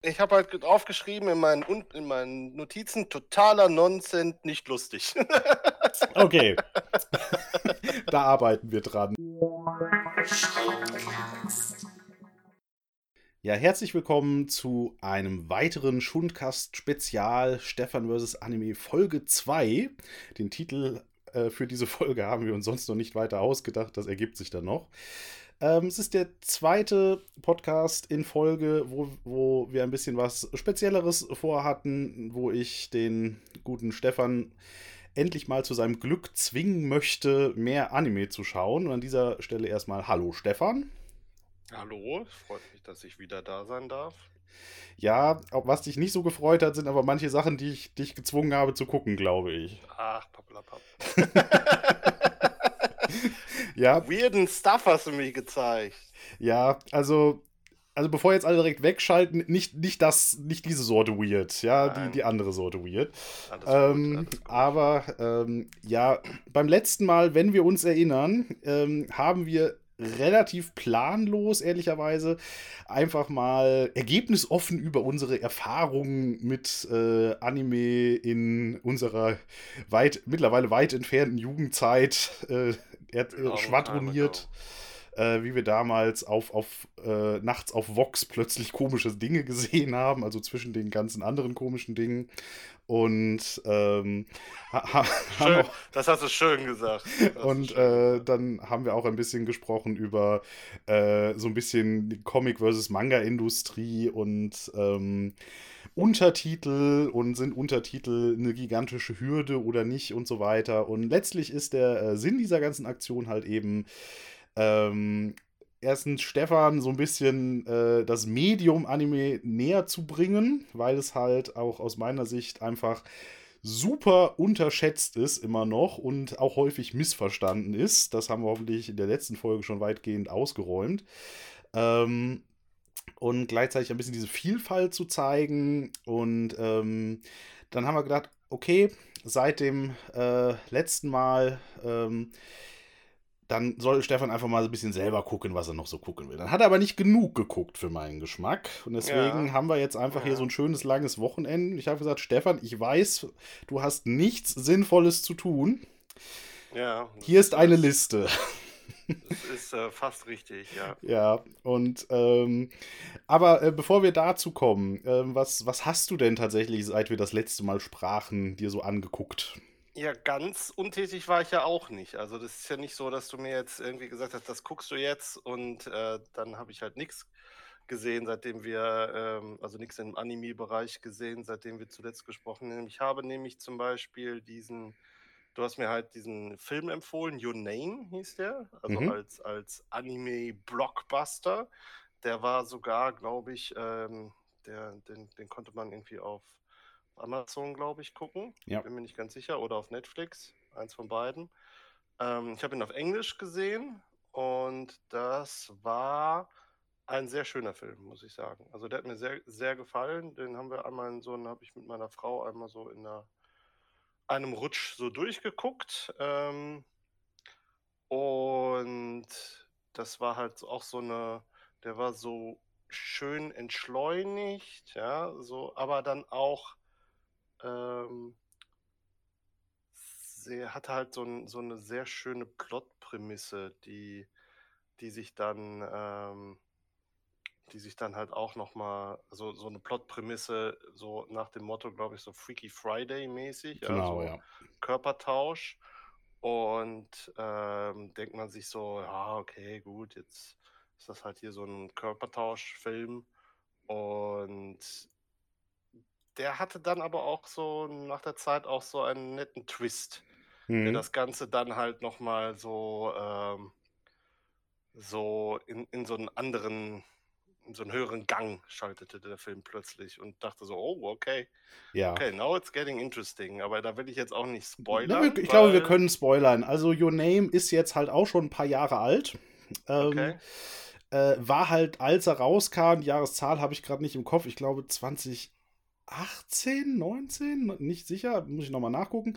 ich habe halt aufgeschrieben in meinen Notizen, totaler Nonsens, nicht lustig. Okay, da arbeiten wir dran. Ja, herzlich willkommen zu einem weiteren Schundkast-Spezial Stefan vs. Anime Folge 2. Den Titel für diese Folge haben wir uns sonst noch nicht weiter ausgedacht, das ergibt sich dann noch. Es ist der zweite Podcast in Folge, wo wir ein bisschen was Spezielleres vorhatten, wo ich den guten Stefan endlich mal zu seinem Glück zwingen möchte, mehr Anime zu schauen. Und an dieser Stelle erstmal Hallo Stefan. Hallo, freut mich, dass ich wieder da sein darf. Ja, was dich nicht so gefreut hat, sind aber manche Sachen, die ich dich gezwungen habe zu gucken, glaube ich. Ach, pappelapapp. Ja, Weirden Stuff hast du mir gezeigt. ja, also bevor jetzt alle direkt wegschalten, nicht diese Sorte weird, ja, Nein. die andere Sorte weird. Alles gut. Aber ja, beim letzten Mal, wenn wir uns erinnern, haben wir relativ planlos, ehrlicherweise, einfach mal ergebnisoffen über unsere Erfahrungen mit Anime in unserer mittlerweile weit entfernten Jugendzeit schwadroniert. Wie wir damals nachts auf Vox plötzlich komische Dinge gesehen haben, also zwischen den ganzen anderen komischen Dingen. Und schön, das hast du schön gesagt. Und dann haben wir auch ein bisschen gesprochen über so ein bisschen die Comic- versus Manga-Industrie und Untertitel und sind Untertitel eine gigantische Hürde oder nicht und so weiter. Und letztlich ist der Sinn dieser ganzen Aktion halt eben erstens Stefan so ein bisschen das Medium Anime näher zu bringen, weil es halt auch aus meiner Sicht einfach super unterschätzt ist immer noch und auch häufig missverstanden ist. Das haben wir hoffentlich in der letzten Folge schon weitgehend ausgeräumt. Und gleichzeitig ein bisschen diese Vielfalt zu zeigen. Und dann haben wir gedacht, okay, seit dem letzten Mal dann soll Stefan einfach mal ein bisschen selber gucken, was er noch so gucken will. Dann hat er aber nicht genug geguckt für meinen Geschmack. Und deswegen haben wir jetzt einfach hier so ein schönes, langes Wochenende. Ich habe gesagt, Stefan, ich weiß, du hast nichts Sinnvolles zu tun. Ja. Hier ist eine Liste. Das ist fast richtig, ja. Ja, und aber bevor wir dazu kommen, was hast du denn tatsächlich, seit wir das letzte Mal sprachen, dir so angeguckt? Ja, ganz untätig war ich ja auch nicht. Also das ist ja nicht so, dass du mir jetzt irgendwie gesagt hast, das guckst du jetzt und dann habe ich halt nichts gesehen, seitdem wir, also nichts im Anime-Bereich gesehen, seitdem wir zuletzt gesprochen haben. Ich habe nämlich zum Beispiel du hast mir halt diesen Film empfohlen, Your Name hieß der, also als Anime-Blockbuster. Der war sogar, glaube ich, den konnte man irgendwie auf Amazon, glaube ich, gucken. Ja. Bin mir nicht ganz sicher. Oder auf Netflix. Eins von beiden. Ich habe ihn auf Englisch gesehen und das war ein sehr schöner Film, muss ich sagen. Also der hat mir sehr, sehr gefallen. Den habe ich mit meiner Frau einmal so in einem Rutsch so durchgeguckt. Und das war halt auch der war so schön entschleunigt, ja, so, aber dann auch hatte halt so eine sehr schöne Plotprämisse, die sich dann, die sich dann halt auch nochmal, also so eine Plotprämisse, so nach dem Motto, glaube ich, so Freaky Friday-mäßig, ja, Genau, so ja. Körpertausch. Und denkt man sich so, ja, okay, gut, jetzt ist das halt hier so ein Körpertauschfilm. Und der hatte dann aber auch so nach der Zeit auch so einen netten Twist, der das Ganze dann halt nochmal so in so in so einen höheren Gang schaltete der Film plötzlich und dachte so, oh, okay, Ja. okay, now it's getting interesting. Aber da will ich jetzt auch nicht Ne, spoilern. ich glaube, wir können spoilern. Also Your Name ist jetzt halt auch schon ein paar Jahre alt. Okay. War halt, als er rauskam, die Jahreszahl habe ich gerade nicht im Kopf, ich glaube 2018 18, 19, nicht sicher, muss ich nochmal nachgucken.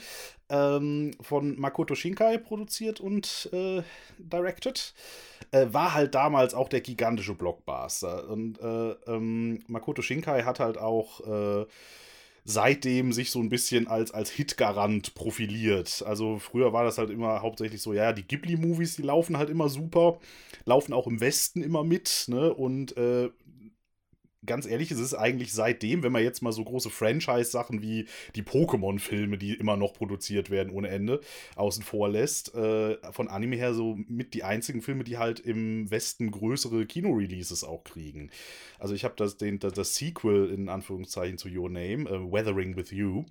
Von Makoto Shinkai produziert und directed. War halt damals auch der gigantische Blockbuster. Und Makoto Shinkai hat halt auch seitdem sich so ein bisschen als Hitgarant profiliert. Also früher war das halt immer hauptsächlich so, ja, die Ghibli-Movies, die laufen halt immer super, laufen auch im Westen immer mit, ne? Und ganz ehrlich, es ist eigentlich seitdem, wenn man jetzt mal so große Franchise-Sachen wie die Pokémon-Filme, die immer noch produziert werden ohne Ende, außen vor lässt, von Anime her so mit die einzigen Filme, die halt im Westen größere Kino-Releases auch kriegen. Also ich habe das Sequel in Anführungszeichen zu Your Name, Weathering with You,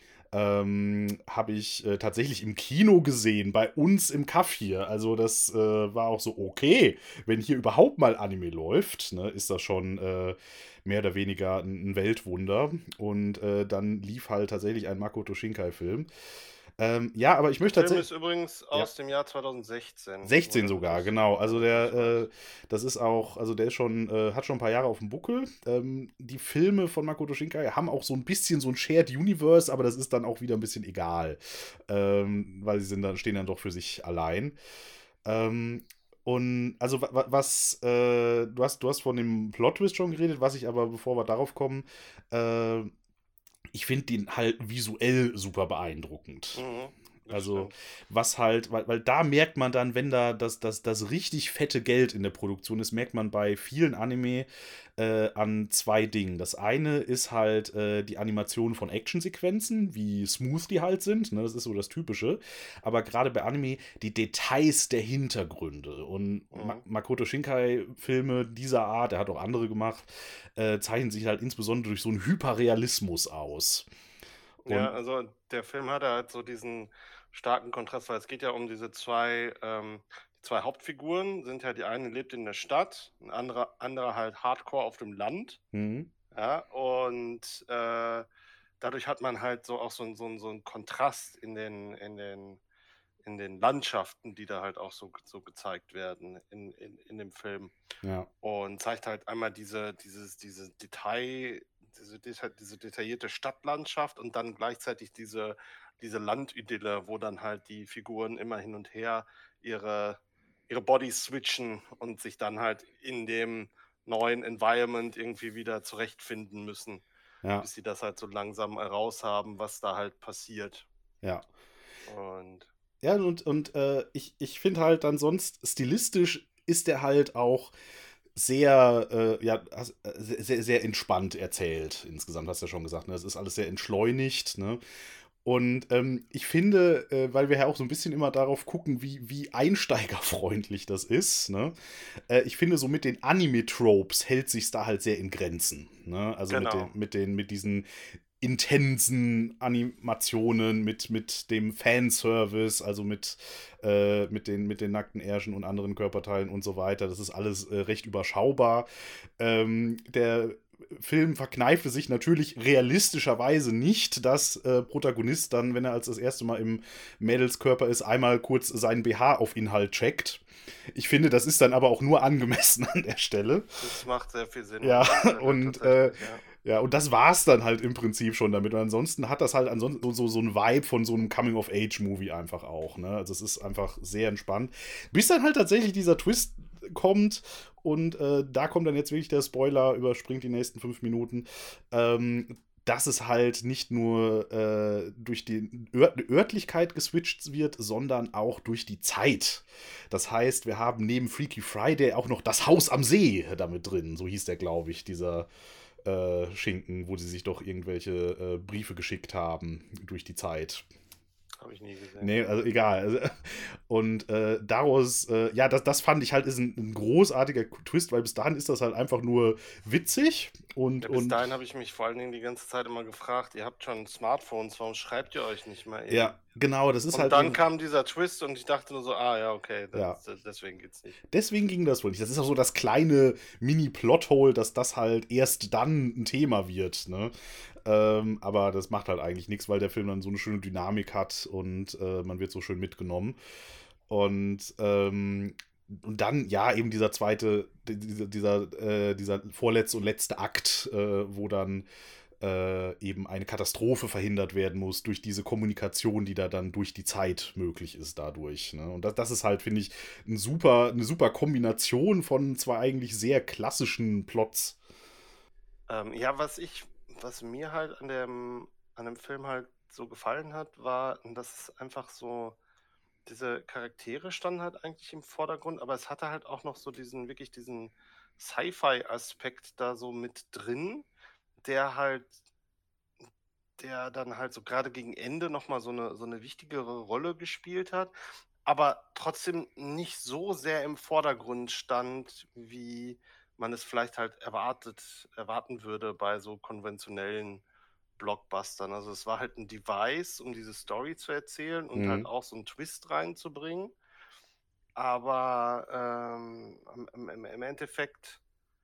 habe ich tatsächlich im Kino gesehen, bei uns im Kaff hier. Also das war auch so, okay, wenn hier überhaupt mal Anime läuft, ne, ist das schon mehr oder weniger ein Weltwunder. Und dann lief halt tatsächlich ein Makoto Shinkai-Film. Ja, aber ich Der möchte Film tatsächlich. ist übrigens Ja. aus dem Jahr 2016. 16 Nur damit sogar, genau. Also damit du es weißt. das ist auch, also der ist schon, hat schon ein paar Jahre auf dem Buckel. Die Filme von Makoto Shinkai haben auch so ein bisschen so ein Shared Universe, aber das ist dann auch wieder ein bisschen egal. Weil sie stehen dann doch für sich allein. Ähm, und also du hast von dem Plot-Twist schon geredet, was ich aber, bevor wir darauf kommen, äh, ich finde den halt visuell super beeindruckend. Mhm, das Also, stimmt. was halt, weil da merkt man dann, wenn da das richtig fette Geld in der Produktion ist, merkt man bei vielen Anime an zwei Dingen. Das eine ist halt die Animation von Actionsequenzen, wie smooth die halt sind, ne? Das ist so das Typische. Aber gerade bei Anime die Details der Hintergründe. Und Mhm. Makoto Shinkai-Filme dieser Art, er hat auch andere gemacht, zeichnen sich halt insbesondere durch so einen Hyperrealismus aus. Ja, Und also der Film hatte halt so diesen starken Kontrast, weil es geht ja um diese zwei Hauptfiguren sind ja, die eine lebt in der Stadt, ein anderer halt Hardcore auf dem Land. mhm, Ja, und dadurch hat man halt so auch so 'n Kontrast in den Landschaften, die da halt auch so gezeigt werden in dem Film. ja. Und zeigt halt einmal diese detaillierte Stadtlandschaft und dann gleichzeitig diese Landidylle, wo dann halt die Figuren immer hin und her ihre, ihre Bodies switchen und sich dann halt in dem neuen Environment irgendwie wieder zurechtfinden müssen, Ja, bis sie das halt so langsam heraus haben, was da halt passiert. ja. Und Ja, und ich finde halt dann sonst, stilistisch ist der halt auch sehr, sehr, sehr entspannt erzählt. Insgesamt hast du ja schon gesagt, ne? Es ist alles sehr entschleunigt, ne? Und ich finde, weil wir ja auch so ein bisschen immer darauf gucken, wie einsteigerfreundlich das ist, ne? Ich finde, so mit den Anime-Tropes hält sich da halt sehr in Grenzen. Ne? Also genau. mit diesen intensen Animationen, mit dem Fanservice, also mit den nackten Ärschen und anderen Körperteilen und so weiter. Das ist alles recht überschaubar. Der Film verkneifte sich natürlich realistischerweise nicht, dass Protagonist dann, wenn er als das erste Mal im Mädelskörper ist, einmal kurz seinen BH auf Inhalt checkt. Ich finde, das ist dann aber auch nur angemessen an der Stelle. Das macht sehr viel Sinn an Ja, der Stelle, und tatsächlich, ja. ja, und das war's dann halt im Prinzip schon damit. Und ansonsten hat das halt ansonsten so ein Vibe von so einem Coming-of-Age-Movie einfach auch. Ne? Also es ist einfach sehr entspannt. Bis dann halt tatsächlich dieser Twist kommt und da kommt dann jetzt wirklich der Spoiler, überspringt die nächsten 5 Minuten. Dass es halt nicht nur durch die Örtlichkeit geswitcht wird, sondern auch durch die Zeit. Das heißt, wir haben neben Freaky Friday auch noch das Haus am See damit drin. So hieß der, glaube ich, dieser Schinken, wo sie sich doch irgendwelche Briefe geschickt haben durch die Zeit. Habe ich nie gesehen. Nee, also egal. Also, und daraus, ja, das fand ich halt ist ein großartiger Twist, weil bis dahin ist das halt einfach nur witzig Ja, bis und dahin habe ich mich vor allen Dingen die ganze Zeit immer gefragt, ihr habt schon Smartphones, warum schreibt ihr euch nicht mal eben? ja, genau, das ist Und halt dann eben, kam dieser Twist und ich dachte nur so, ah ja, okay, ja. deswegen geht's nicht. Deswegen ging das wohl nicht. Das ist auch so das kleine Mini-Plothole, dass das halt erst dann ein Thema wird, ne? Aber das macht halt eigentlich nichts, weil der Film dann so eine schöne Dynamik hat und man wird so schön mitgenommen. Und, und dann, ja, eben dieser zweite, dieser vorletzte und letzte Akt, wo dann eben eine Katastrophe verhindert werden muss durch diese Kommunikation, die da dann durch die Zeit möglich ist dadurch. Ne? Und das ist halt, finde ich, eine super Kombination von zwei eigentlich sehr klassischen Plots. Ja, was mir halt an dem Film halt so gefallen hat, war, dass es einfach so, diese Charaktere standen halt eigentlich im Vordergrund, aber es hatte halt auch noch so wirklich diesen Sci-Fi-Aspekt da so mit drin, der halt, der dann halt so gerade gegen Ende nochmal so eine wichtigere Rolle gespielt hat, aber trotzdem nicht so sehr im Vordergrund stand, wie man es vielleicht halt erwarten würde bei so konventionellen Blockbustern. Also es war halt ein Device, um diese Story zu erzählen und halt Mhm. auch so einen Twist reinzubringen. Aber im Endeffekt,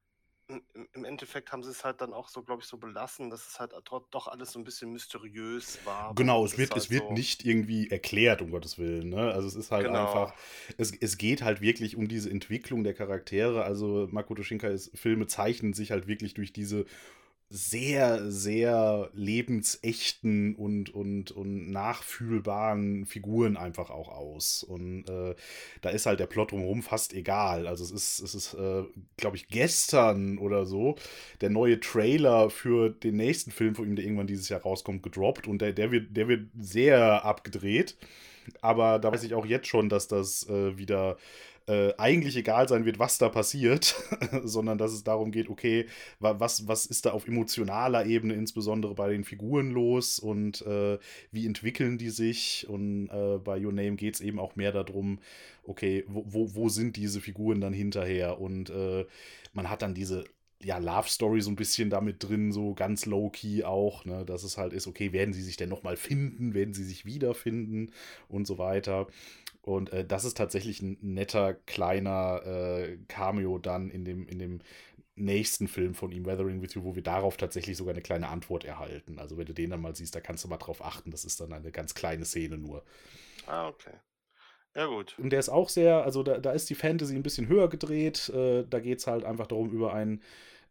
im Endeffekt haben sie es halt dann auch so, glaube ich, so belassen, dass es halt doch alles so ein bisschen mysteriös war, Genau, warum das es halt wird so. nicht irgendwie erklärt, um Gottes Willen. Ne? Also es ist halt Genau. einfach, es geht halt wirklich um diese Entwicklung der Charaktere. Also Makoto Shinkais Filme zeichnen sich halt wirklich durch diese sehr, sehr lebensechten und nachfühlbaren Figuren einfach auch aus. Und da ist halt der Plot drumherum fast egal. Also es ist glaube ich, gestern oder so der neue Trailer für den nächsten Film von ihm, der irgendwann dieses Jahr rauskommt, gedroppt. Und der wird sehr abgedreht. Aber da weiß ich auch jetzt schon, dass das wieder eigentlich egal sein wird, was da passiert, sondern dass es darum geht, okay, was ist da auf emotionaler Ebene insbesondere bei den Figuren los und wie entwickeln die sich? Und bei Your Name geht es eben auch mehr darum, okay, wo sind diese Figuren dann hinterher? Und man hat dann diese ja, Love Story so ein bisschen damit drin, so ganz low-key auch, ne, dass es halt ist, okay, werden sie sich denn nochmal finden, werden sie sich wiederfinden und so weiter. Und das ist tatsächlich ein netter, kleiner Cameo dann in dem nächsten Film von ihm, Weathering with You, wo wir darauf tatsächlich sogar eine kleine Antwort erhalten. Also wenn du den dann mal siehst, da kannst du mal drauf achten, das ist dann eine ganz kleine Szene nur. Ah, okay. Ja, gut. Und der ist auch sehr, also da ist die Fantasy ein bisschen höher gedreht. Da geht es halt einfach darum, über ein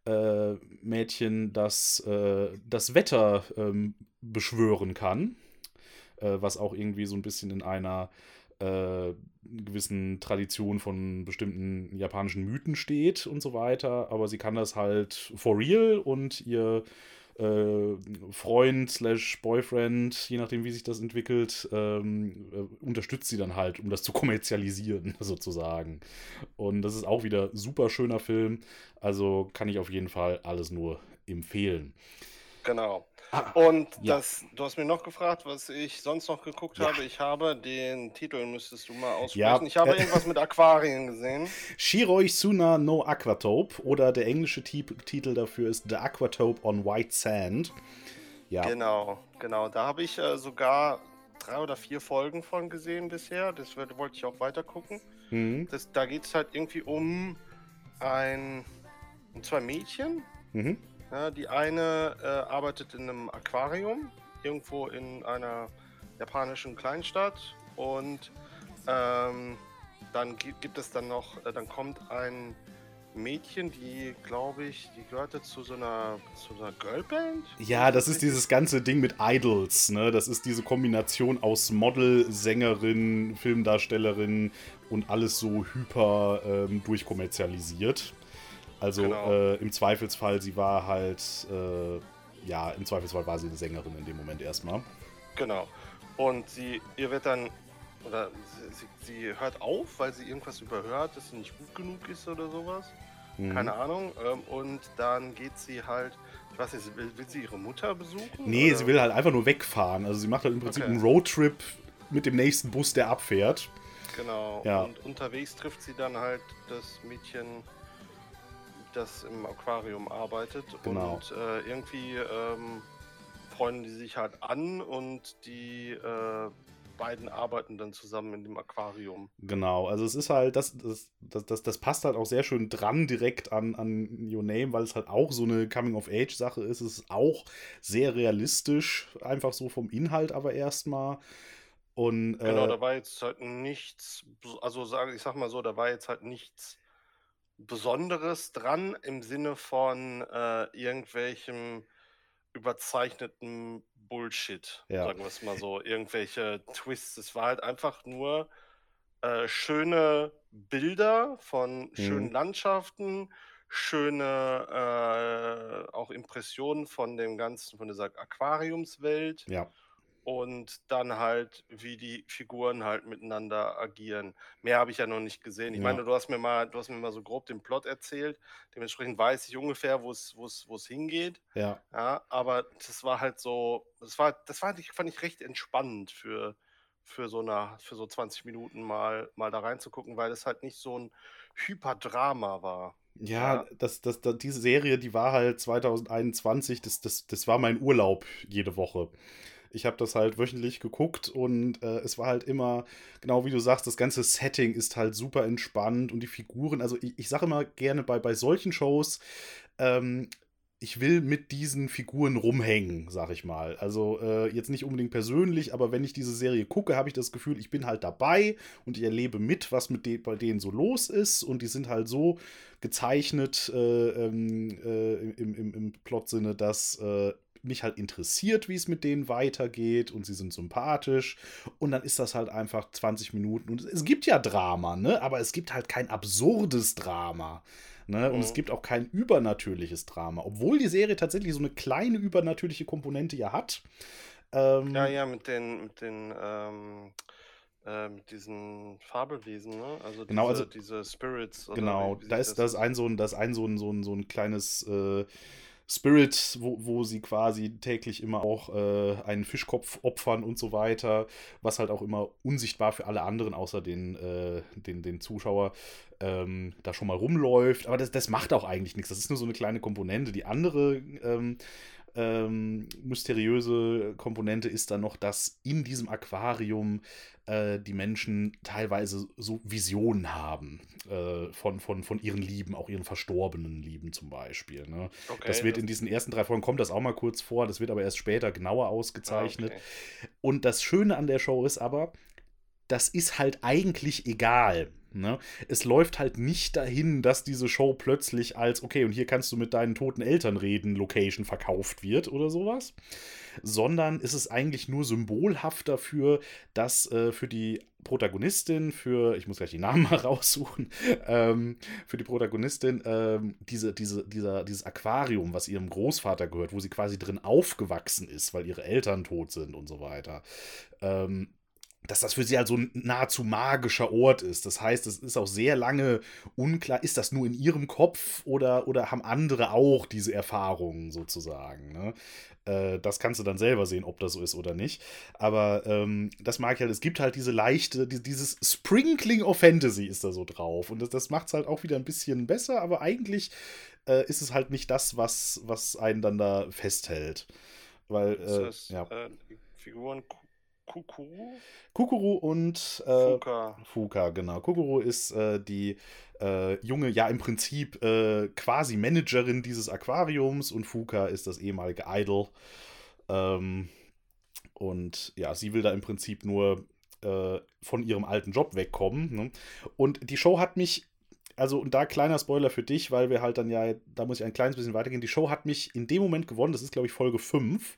Mädchen, das das Wetter beschwören kann, was auch irgendwie so ein bisschen in einer gewissen Tradition von bestimmten japanischen Mythen steht und so weiter. Aber sie kann das halt for real und ihr Freund slash Boyfriend, je nachdem, wie sich das entwickelt, unterstützt sie dann halt, um das zu kommerzialisieren, sozusagen. Und das ist auch wieder super schöner Film. Also kann ich auf jeden Fall alles nur empfehlen. Genau. Ah, Und ja. du hast mich noch gefragt, was ich sonst noch geguckt Ja. habe. Ich habe den Titel, müsstest du mal aussprechen. Ja, Ich habe irgendwas mit Aquarien gesehen. Shiroi Suna no Aquatope oder der englische Titel dafür ist The Aquatope on White Sand. Ja. Genau, genau. Da habe ich sogar 3 oder 4 Folgen von gesehen bisher. Wollte ich auch weiter gucken. Mhm. Da geht es halt irgendwie ein, um 2 Mädchen. Mhm. Ja, die eine arbeitet in einem Aquarium, irgendwo in einer japanischen Kleinstadt. Und ähm, dann gibt es dann noch, dann kommt ein Mädchen, die, glaube ich, die gehörte zu so einer Girlband, wenn Ja, ich das das ist richtig. dieses ganze Ding mit Idols, ne? Das ist diese Kombination aus Model, Sängerin, Filmdarstellerin und alles so hyper durchkommerzialisiert. Also Genau, im Zweifelsfall, sie war halt, ja, im Zweifelsfall war sie eine Sängerin in dem Moment erstmal. genau. Und ihr wird dann, oder sie hört auf, weil sie irgendwas überhört, dass sie nicht gut genug ist oder sowas. Mhm. Keine Ahnung. Und dann geht sie halt, ich weiß nicht, will sie ihre Mutter besuchen? Nee, sie Oder? will halt einfach nur wegfahren. Also sie macht halt im Prinzip Okay, einen Roadtrip mit dem nächsten Bus, der abfährt. genau. Ja, Und unterwegs trifft sie dann halt das Mädchen, das im Aquarium arbeitet. genau. Und irgendwie freunden die sich halt an und die beiden arbeiten dann zusammen in dem Aquarium. Genau, also es ist halt, das passt halt auch sehr schön dran direkt an Your Name, weil es halt auch so eine Coming-of-Age-Sache ist. Es ist auch sehr realistisch, einfach so vom Inhalt aber erstmal. Und Genau, da war jetzt halt nichts, ich sag mal so, da war jetzt halt nichts Besonderes dran im Sinne von irgendwelchem überzeichneten Bullshit, Ja. sagen wir es mal so, irgendwelche Twists. Es war halt einfach nur schöne Bilder von schönen Mhm. Landschaften, schöne auch Impressionen von dem Ganzen, von dieser Aquariumswelt Ja. und dann halt, wie die Figuren halt miteinander agieren. Mehr habe ich ja noch nicht gesehen. Ich Ja. meine, du hast mir mal so grob den Plot erzählt. Dementsprechend weiß ich ungefähr, wo es hingeht. Ja. Ja, aber das war halt so, fand ich recht entspannend für so 20 Minuten mal da reinzugucken, weil es halt nicht so ein Hyperdrama war. Ja, Ja, diese Serie, die war halt 2021, das war mein Urlaub jede Woche. Ich habe das halt wöchentlich geguckt und es war halt immer, genau wie du sagst, das ganze Setting ist halt super entspannt und die Figuren, also ich sage immer gerne bei solchen Shows, ähm, ich will mit diesen Figuren rumhängen, sag ich mal. Also jetzt nicht unbedingt persönlich, aber wenn ich diese Serie gucke, habe ich das Gefühl, ich bin halt dabei und ich erlebe mit, was bei denen so los ist und die sind halt so gezeichnet im Plotsinne, dass mich halt interessiert, wie es mit denen weitergeht und sie sind sympathisch und dann ist das halt einfach 20 Minuten und es gibt ja Drama, ne? Aber es gibt halt kein absurdes Drama. Ne? Und es mhm. gibt auch kein übernatürliches Drama, obwohl die Serie tatsächlich so eine kleine übernatürliche Komponente ja hat. Ja, Ähm, ja, mit diesen Fabelwesen, ne? Also genau, also diese Spirits oder genau, wie da sich ist das das ist. ein so ein, das ein so ein kleines Spirit, wo sie quasi täglich immer auch einen Fischkopf opfern und so weiter, was halt auch immer unsichtbar für alle anderen, außer den Zuschauer, da schon mal rumläuft. Aber das macht auch eigentlich nichts. Das ist nur so eine kleine Komponente. Die andere mysteriöse Komponente ist dann noch, dass in diesem Aquarium die Menschen teilweise so Visionen haben von ihren Lieben, auch ihren verstorbenen Lieben zum Beispiel. Ne? Das Okay, wird in diesen ersten 3 Folgen, kommt das auch mal kurz vor, das wird aber erst später genauer ausgezeichnet. okay. Und das Schöne an der Show ist aber, das ist halt eigentlich egal. Ne? Es läuft halt nicht dahin, dass diese Show plötzlich als, okay, und hier kannst du mit deinen toten Eltern reden, Location verkauft wird oder sowas, sondern ist es eigentlich nur symbolhaft dafür, dass für die Protagonistin, ich muss gleich die Namen mal raussuchen, für die Protagonistin dieses Aquarium, was ihrem Großvater gehört, wo sie quasi drin aufgewachsen ist, weil ihre Eltern tot sind und so weiter, ähm, dass das für sie halt so ein nahezu magischer Ort ist. Das heißt, es ist auch sehr lange unklar, ist das nur in ihrem Kopf oder haben andere auch diese Erfahrungen sozusagen. Ne? Das kannst du dann selber sehen, ob das so ist oder nicht. Aber das mag ich halt. Es gibt halt dieses Sprinkling of Fantasy ist da so drauf. Und das macht es halt auch wieder ein bisschen besser, aber eigentlich ist es halt nicht das, was einen dann da festhält. Weil, Ist das ja. die Figuren Kukuru? Kukuru und Fuka. Fuka, genau. Kukuru ist die junge, ja im Prinzip quasi Managerin dieses Aquariums und Fuka ist das ehemalige Idol. Ähm, und ja, sie will da im Prinzip nur von ihrem alten Job wegkommen. Ne? Und die Show hat mich, also und da kleiner Spoiler für dich, weil wir halt dann ja, da muss ich ein kleines bisschen weitergehen. Die Show hat mich in dem Moment gewonnen, das ist glaube ich Folge 5.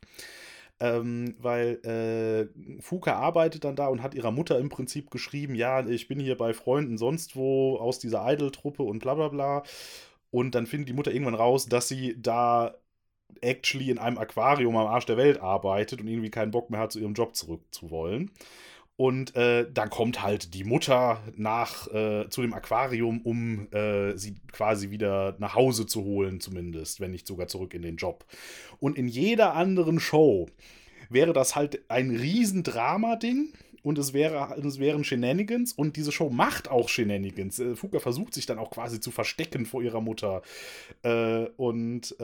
Weil Fuka arbeitet dann da und hat ihrer Mutter im Prinzip geschrieben, ja, ich bin hier bei Freunden sonst wo aus dieser Idol-Truppe und bla bla bla. Und dann findet die Mutter irgendwann raus, dass sie da actually in einem Aquarium am Arsch der Welt arbeitet und irgendwie keinen Bock mehr hat, zu ihrem Job zurück zu wollen. Und dann kommt halt die Mutter zu dem Aquarium, um sie quasi wieder nach Hause zu holen, zumindest, wenn nicht sogar zurück in den Job. Und in jeder anderen Show wäre das halt ein Riesendrama-Ding und es wären Shenanigans und diese Show macht auch Shenanigans. Fuka versucht sich dann auch quasi zu verstecken vor ihrer Mutter. Und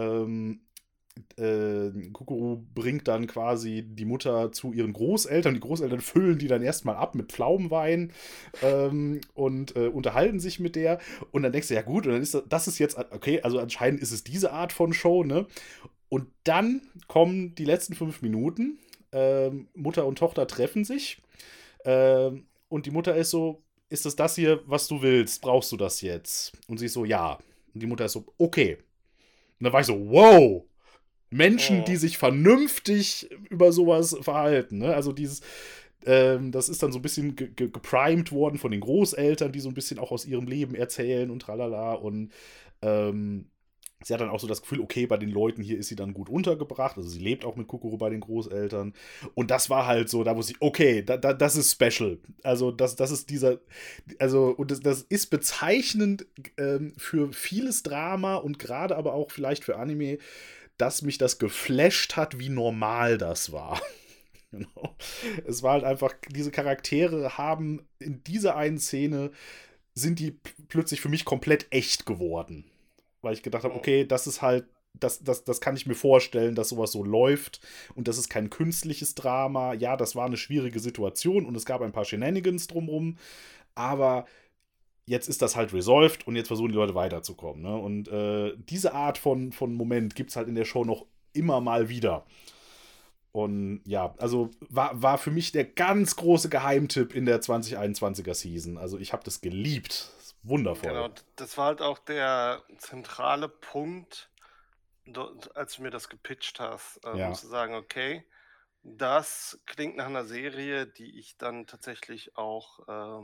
Kukuru bringt dann quasi die Mutter zu ihren Großeltern. Die Großeltern füllen die dann erstmal ab mit Pflaumenwein und unterhalten sich mit der. Und dann denkst du, ja gut, und dann das ist jetzt, okay, also anscheinend ist es diese Art von Show, ne? Und dann kommen die letzten 5 Minuten. Mutter und Tochter treffen sich. Und die Mutter ist so, ist es das hier, was du willst? Brauchst du das jetzt? Und sie ist so, ja. Und die Mutter ist so, okay. Und dann war ich so, wow. Menschen, die sich vernünftig über sowas verhalten. Ne? Also das ist dann so ein bisschen geprimed worden von den Großeltern, die so ein bisschen auch aus ihrem Leben erzählen und tralala. Und sie hat dann auch so das Gefühl, okay, bei den Leuten hier ist sie dann gut untergebracht. Also sie lebt auch mit Kokoro bei den Großeltern. Und das war halt so, da wusste ich, okay, das ist special. Also das ist und das ist bezeichnend für vieles Drama und gerade aber auch vielleicht für Anime, dass mich das geflasht hat, wie normal das war. Genau. Es war halt einfach, diese Charaktere haben in dieser einen Szene, sind die plötzlich für mich komplett echt geworden. Weil ich gedacht habe, okay, das ist halt, das kann ich mir vorstellen, dass sowas so läuft und das ist kein künstliches Drama. Ja, das war eine schwierige Situation und es gab ein paar Shenanigans drumrum, aber jetzt ist das halt resolved und jetzt versuchen die Leute weiterzukommen. Ne? Und diese Art von Moment gibt es halt in der Show noch immer mal wieder. Und ja, also war für mich der ganz große Geheimtipp in der 2021er Season. Also ich habe das geliebt. Das ist wundervoll. Genau, das war halt auch der zentrale Punkt, als du mir das gepitcht hast, um zu sagen, okay, das klingt nach einer Serie, die ich dann tatsächlich auch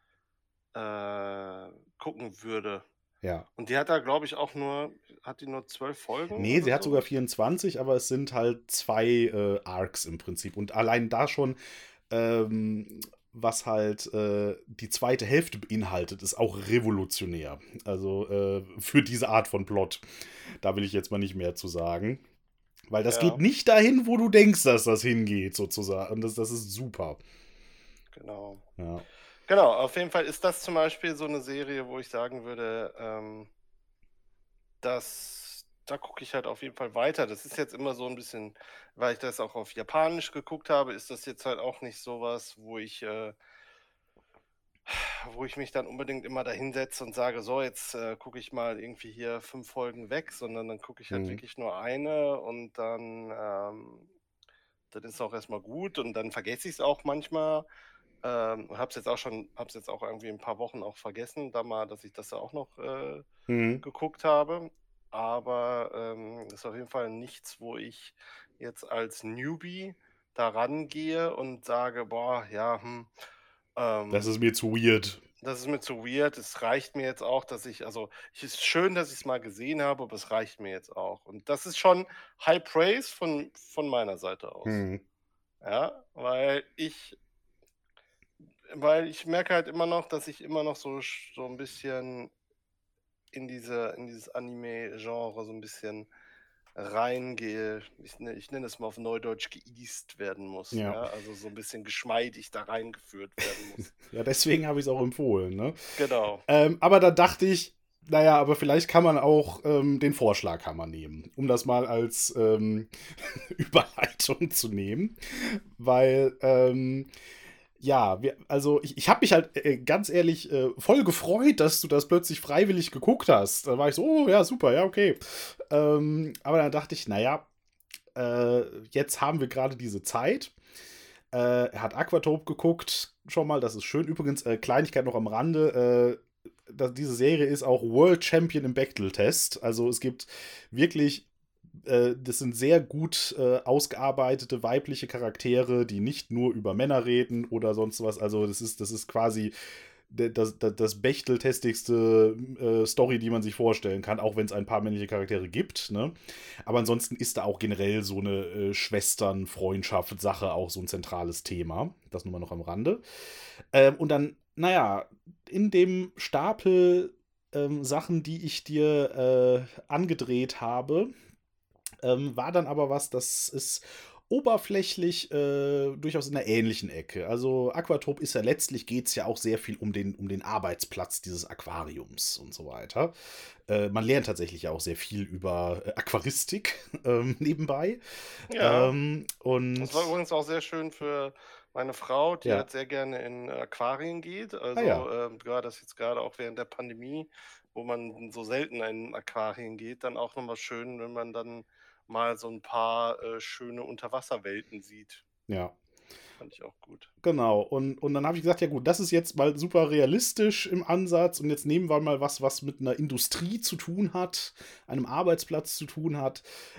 gucken würde. Ja. Und die hat da, glaube ich, hat die nur 12 Folgen? Nee, sie hat so? sogar 24, aber es sind halt 2 Arcs im Prinzip. Und allein da schon, was halt die zweite Hälfte beinhaltet, ist auch revolutionär. Also für diese Art von Plot. Da will ich jetzt mal nicht mehr zu sagen. Weil das geht nicht dahin, wo du denkst, dass das hingeht, sozusagen. Und das ist super. Genau. Ja. Genau, auf jeden Fall ist das zum Beispiel so eine Serie, wo ich sagen würde, da gucke ich halt auf jeden Fall weiter. Das ist jetzt immer so ein bisschen, weil ich das auch auf Japanisch geguckt habe, ist das jetzt halt auch nicht sowas, wo ich mich dann unbedingt immer da hinsetze und sage, so, jetzt gucke ich mal irgendwie hier 5 Folgen weg, sondern dann gucke ich halt wirklich nur eine und dann ist auch erstmal gut und dann vergesse ich es auch manchmal. Hab's jetzt auch irgendwie ein paar Wochen auch vergessen, dass ich das ja auch noch geguckt habe. Aber ist auf jeden Fall nichts, wo ich jetzt als Newbie da rangehe und sage, boah, ja, Das ist mir zu weird. das ist mir zu weird. Es reicht mir jetzt auch, es ist schön, dass ich es mal gesehen habe, aber es reicht mir jetzt auch. Und das ist schon High Praise von meiner Seite aus. Ja, weil ich merke halt immer noch, dass ich immer noch so ein bisschen in dieses Anime-Genre so ein bisschen reingehe. Ich nenne es mal auf Neudeutsch geeast werden muss. Ja. Ja? Also so ein bisschen geschmeidig da reingeführt werden muss. Ja, deswegen habe ich es auch empfohlen. Ne? Genau. Aber da dachte ich, naja, aber vielleicht kann man auch den Vorschlaghammer nehmen, um das mal als Überleitung zu nehmen. Weil, ja, ich habe mich halt ganz ehrlich voll gefreut, dass du das plötzlich freiwillig geguckt hast. Da war ich so, oh ja, super, ja, okay. Aber dann dachte ich, naja, jetzt haben wir gerade diese Zeit. Er hat Aquatope geguckt, schon mal, das ist schön. Übrigens, Kleinigkeit noch am Rande, diese Serie ist auch World Champion im Bechdel-Test. Also es gibt wirklich, das sind sehr gut ausgearbeitete weibliche Charaktere, die nicht nur über Männer reden oder sonst was. Also das ist quasi das Bechtel-testigste Story, die man sich vorstellen kann, auch wenn es ein paar männliche Charaktere gibt. Ne? Aber ansonsten ist da auch generell so eine Schwestern-Freundschaft-Sache auch so ein zentrales Thema. Das nur mal noch am Rande. Und dann, naja, in dem Stapel Sachen, die ich dir angedreht habe, war dann aber was, das ist oberflächlich durchaus in einer ähnlichen Ecke. Also Aquatope ist ja letztlich, geht es ja auch sehr viel um den Arbeitsplatz dieses Aquariums und so weiter. Man lernt tatsächlich ja auch sehr viel über Aquaristik nebenbei. Ja. Und das war übrigens auch sehr schön für meine Frau, die halt sehr gerne in Aquarien geht. Also gerade auch während der Pandemie, wo man so selten in Aquarien geht, dann auch nochmal schön, wenn man dann mal so ein paar schöne Unterwasserwelten sieht. Ja. Fand ich auch gut. Genau, und dann habe ich gesagt, ja gut, das ist jetzt mal super realistisch im Ansatz und jetzt nehmen wir mal was mit einer Industrie zu tun hat, einem Arbeitsplatz zu tun hat.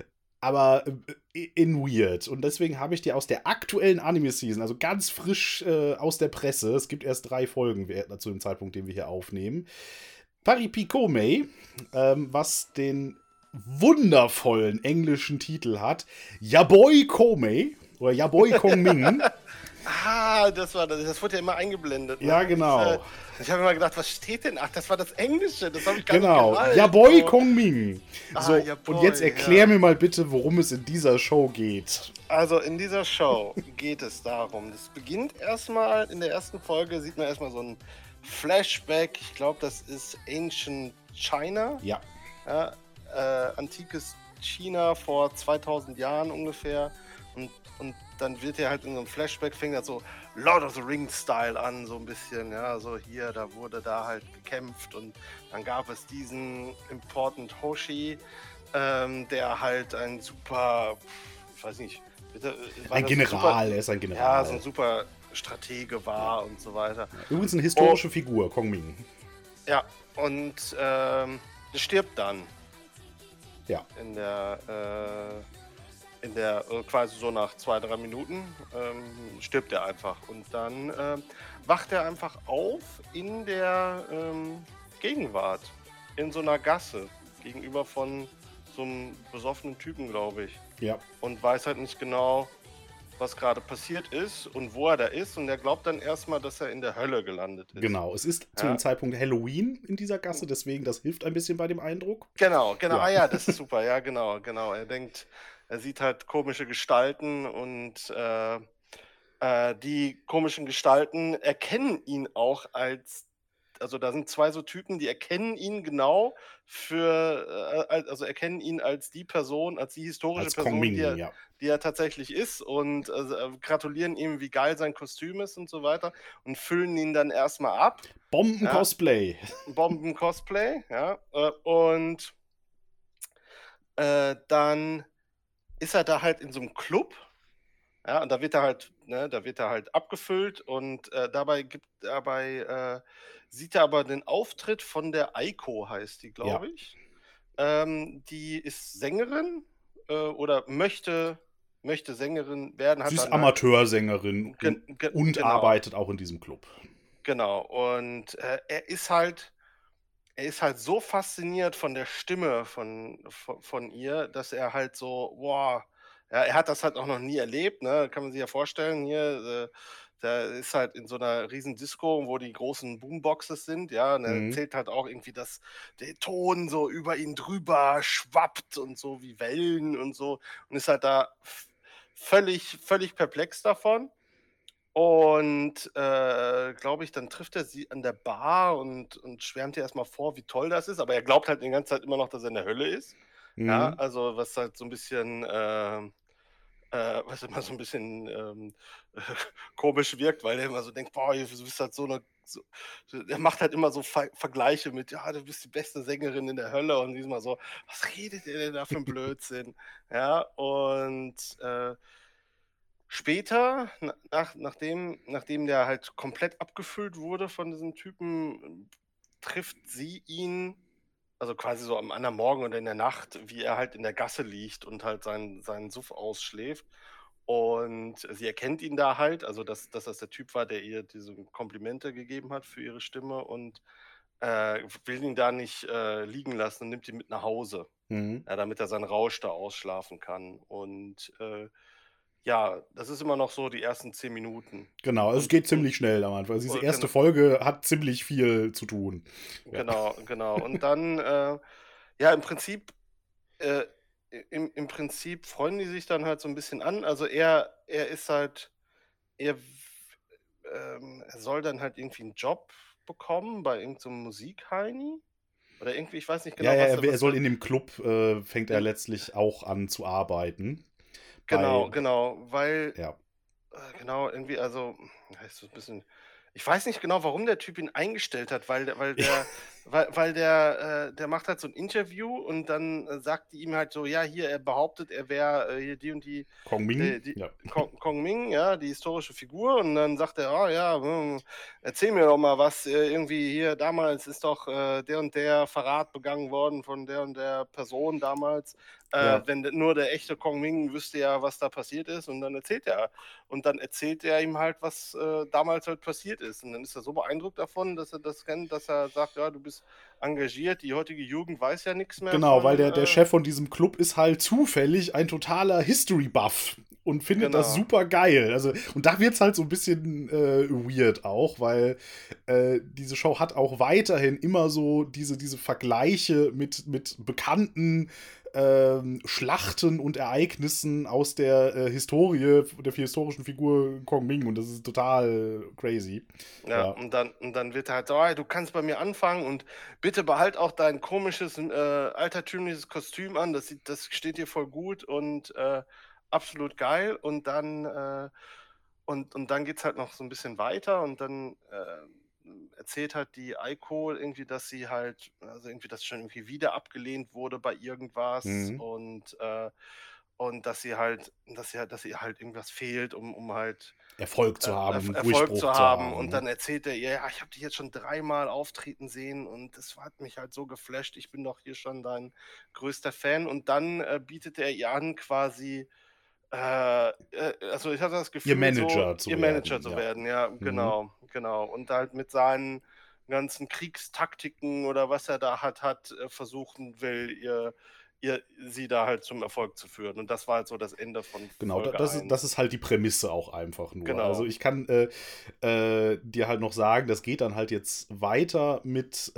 aber in weird. Und deswegen habe ich dir aus der aktuellen Anime-Season, also ganz frisch aus der Presse, es gibt erst 3 Folgen zu dem Zeitpunkt, den wir hier aufnehmen, Paripikome, was den wundervollen englischen Titel hat, Yaboy Kome oder Yaboy Kongming. Das wurde ja immer eingeblendet. Ne? Ja, genau. Ich habe immer gedacht, was steht denn? Ach, das war das Englische, das habe ich gar nicht Genau, gerallt. Yaboy Kongming. So, Yaboy, und jetzt erklär mir mal bitte, worum es in dieser Show geht. Also in dieser Show geht es darum, es beginnt erstmal, in der ersten Folge sieht man erstmal so ein Flashback, ich glaube, das ist Ancient China. Ja. Antikes China vor 2000 Jahren ungefähr. Und dann wird er halt in so einem Flashback, fängt er so Lord of the Rings-Style an, so ein bisschen, ja, so hier, da wurde da halt gekämpft und dann gab es diesen Important Hoshi, der halt ein super, ich weiß nicht, ein General, er ist ein General. Ja, so ein super Stratege war und so weiter. Übrigens eine historische Figur, Kongming. Ja, und der stirbt dann. Ja. In der quasi so nach 2-3 Minuten stirbt er einfach. Und dann wacht er einfach auf in der Gegenwart. In so einer Gasse. Gegenüber von so einem besoffenen Typen, glaube ich. Ja. Und weiß halt nicht genau, was gerade passiert ist und wo er da ist. Und er glaubt dann erstmal, dass er in der Hölle gelandet ist. Genau, es ist zu dem Zeitpunkt Halloween in dieser Gasse, deswegen das hilft ein bisschen bei dem Eindruck. Genau. Ja. Ja, das ist super. Ja, genau. Er denkt, er sieht halt komische Gestalten und die komischen Gestalten erkennen ihn auch als, also da sind 2 so Typen, die erkennen ihn genau also erkennen ihn als die Person, als die historische Als Person, Kongming, die er tatsächlich ist und gratulieren ihm, wie geil sein Kostüm ist und so weiter und füllen ihn dann erstmal ab. Bomben-Cosplay. Bomben-Cosplay, ja. Und dann ist er da halt in so einem Club, ja, und da wird er halt abgefüllt und dabei sieht er aber den Auftritt von der Aiko, heißt die, glaube ich. Die ist Sängerin oder möchte Sängerin werden. Sie ist Amateursängerin und genau. arbeitet auch in diesem Club. Genau, und er ist halt so fasziniert von der Stimme von ihr, dass er halt so, boah, ja, er hat das halt auch noch nie erlebt, ne? Kann man sich ja vorstellen, hier, der ist halt in so einer riesen Disco, wo die großen Boomboxes sind, ja, und er erzählt halt auch irgendwie, dass der Ton so über ihn drüber schwappt und so wie Wellen und so und ist halt da völlig perplex davon. Und, glaube ich, dann trifft er sie an der Bar und schwärmt ihr erstmal vor, wie toll das ist, aber er glaubt halt die ganze Zeit immer noch, dass er in der Hölle ist. Ja, also was halt so ein bisschen, was immer so ein bisschen, komisch wirkt, weil er immer so denkt: „Boah, du bist halt er macht halt immer so Vergleiche mit: „Ja, du bist die beste Sängerin in der Hölle“ und diesmal so: „Was redet ihr denn da für 'n Blödsinn?“ Ja, und, später, nachdem der halt komplett abgefüllt wurde von diesem Typen, trifft sie ihn, also quasi so am anderen Morgen oder in der Nacht, wie er halt in der Gasse liegt und halt seinen Suff ausschläft. Und sie erkennt ihn da halt, also dass das der Typ war, der ihr diese Komplimente gegeben hat für ihre Stimme und will ihn da nicht liegen lassen und nimmt ihn mit nach Hause, ja, damit er seinen Rausch da ausschlafen kann. Und ja, das ist immer noch so die ersten 10 Minuten. Genau, also es geht ziemlich schnell am Anfang. Also diese erste Folge hat ziemlich viel zu tun. Genau. Und dann, ja, im Prinzip freunden die sich dann halt so ein bisschen an. Also er ist halt er soll dann halt irgendwie einen Job bekommen bei irgend so 'nem Musikheini oder irgendwie, ich weiß nicht genau, Ja, was er soll in dem Club, fängt er letztlich auch an zu arbeiten. Genau, weil Ja. genau, irgendwie, also, ja, ist so 'n bisschen, ich weiß nicht genau, warum der Typ ihn eingestellt hat, weil der Weil der macht halt so ein Interview und dann sagt die ihm halt so, ja, hier, er behauptet, er wäre hier die und die, Kong Ming? die Ja. Kong Ming, ja, die historische Figur. Und dann sagt er, oh ja, erzähl mir doch mal was. Irgendwie hier, damals ist doch der und der Verrat begangen worden von der und der Person damals. Ja. Wenn nur der echte Kong Ming wüsste ja, was da passiert ist. Und dann erzählt er ihm halt, was damals halt passiert ist. Und dann ist er so beeindruckt davon, dass er das kennt, dass er sagt, ja, du bist engagiert, die heutige Jugend weiß ja nichts mehr Genau, weil von. der Chef von diesem Club ist halt zufällig ein totaler History-Buff und findet das Genau, super geil. Also, und da wird es halt so ein bisschen weird auch, weil diese Show hat auch weiterhin immer so diese Vergleiche mit bekannten Schlachten und Ereignissen aus der Historie, der historischen Figur Kong Ming, und das ist total crazy. ja, Ja. und dann wird er halt so, "Ah, du kannst bei mir anfangen und bitte behalt auch dein komisches, altertümliches Kostüm an, das steht dir voll gut und absolut geil." Und dann geht es halt noch so ein bisschen weiter und dann erzählt halt die Aiko irgendwie, dass sie halt, also irgendwie, dass schon irgendwie wieder abgelehnt wurde bei irgendwas Mhm. und dass ihr halt irgendwas fehlt, um halt Erfolg zu haben, Erfolg Durchbruch zu zu haben. haben. Und Ne? dann erzählt er ihr, ja, ich habe dich jetzt schon 3-mal auftreten sehen und das hat mich halt so geflasht. Ich bin doch hier schon dein größter Fan. Und dann bietet er ihr an, quasi, also ich hatte das Ihr Gefühl, so Manager zu ihr Manager werden, zu ja. werden. Ja, Mhm. genau, genau. Und halt mit seinen ganzen Kriegstaktiken oder was er da hat versuchen will, sie da halt zum Erfolg zu führen. Und das war halt so das Ende von Genau, Folge das 1. ist halt die Prämisse auch einfach nur. Also Genau. ich kann dir halt noch sagen, das geht dann halt jetzt weiter mit,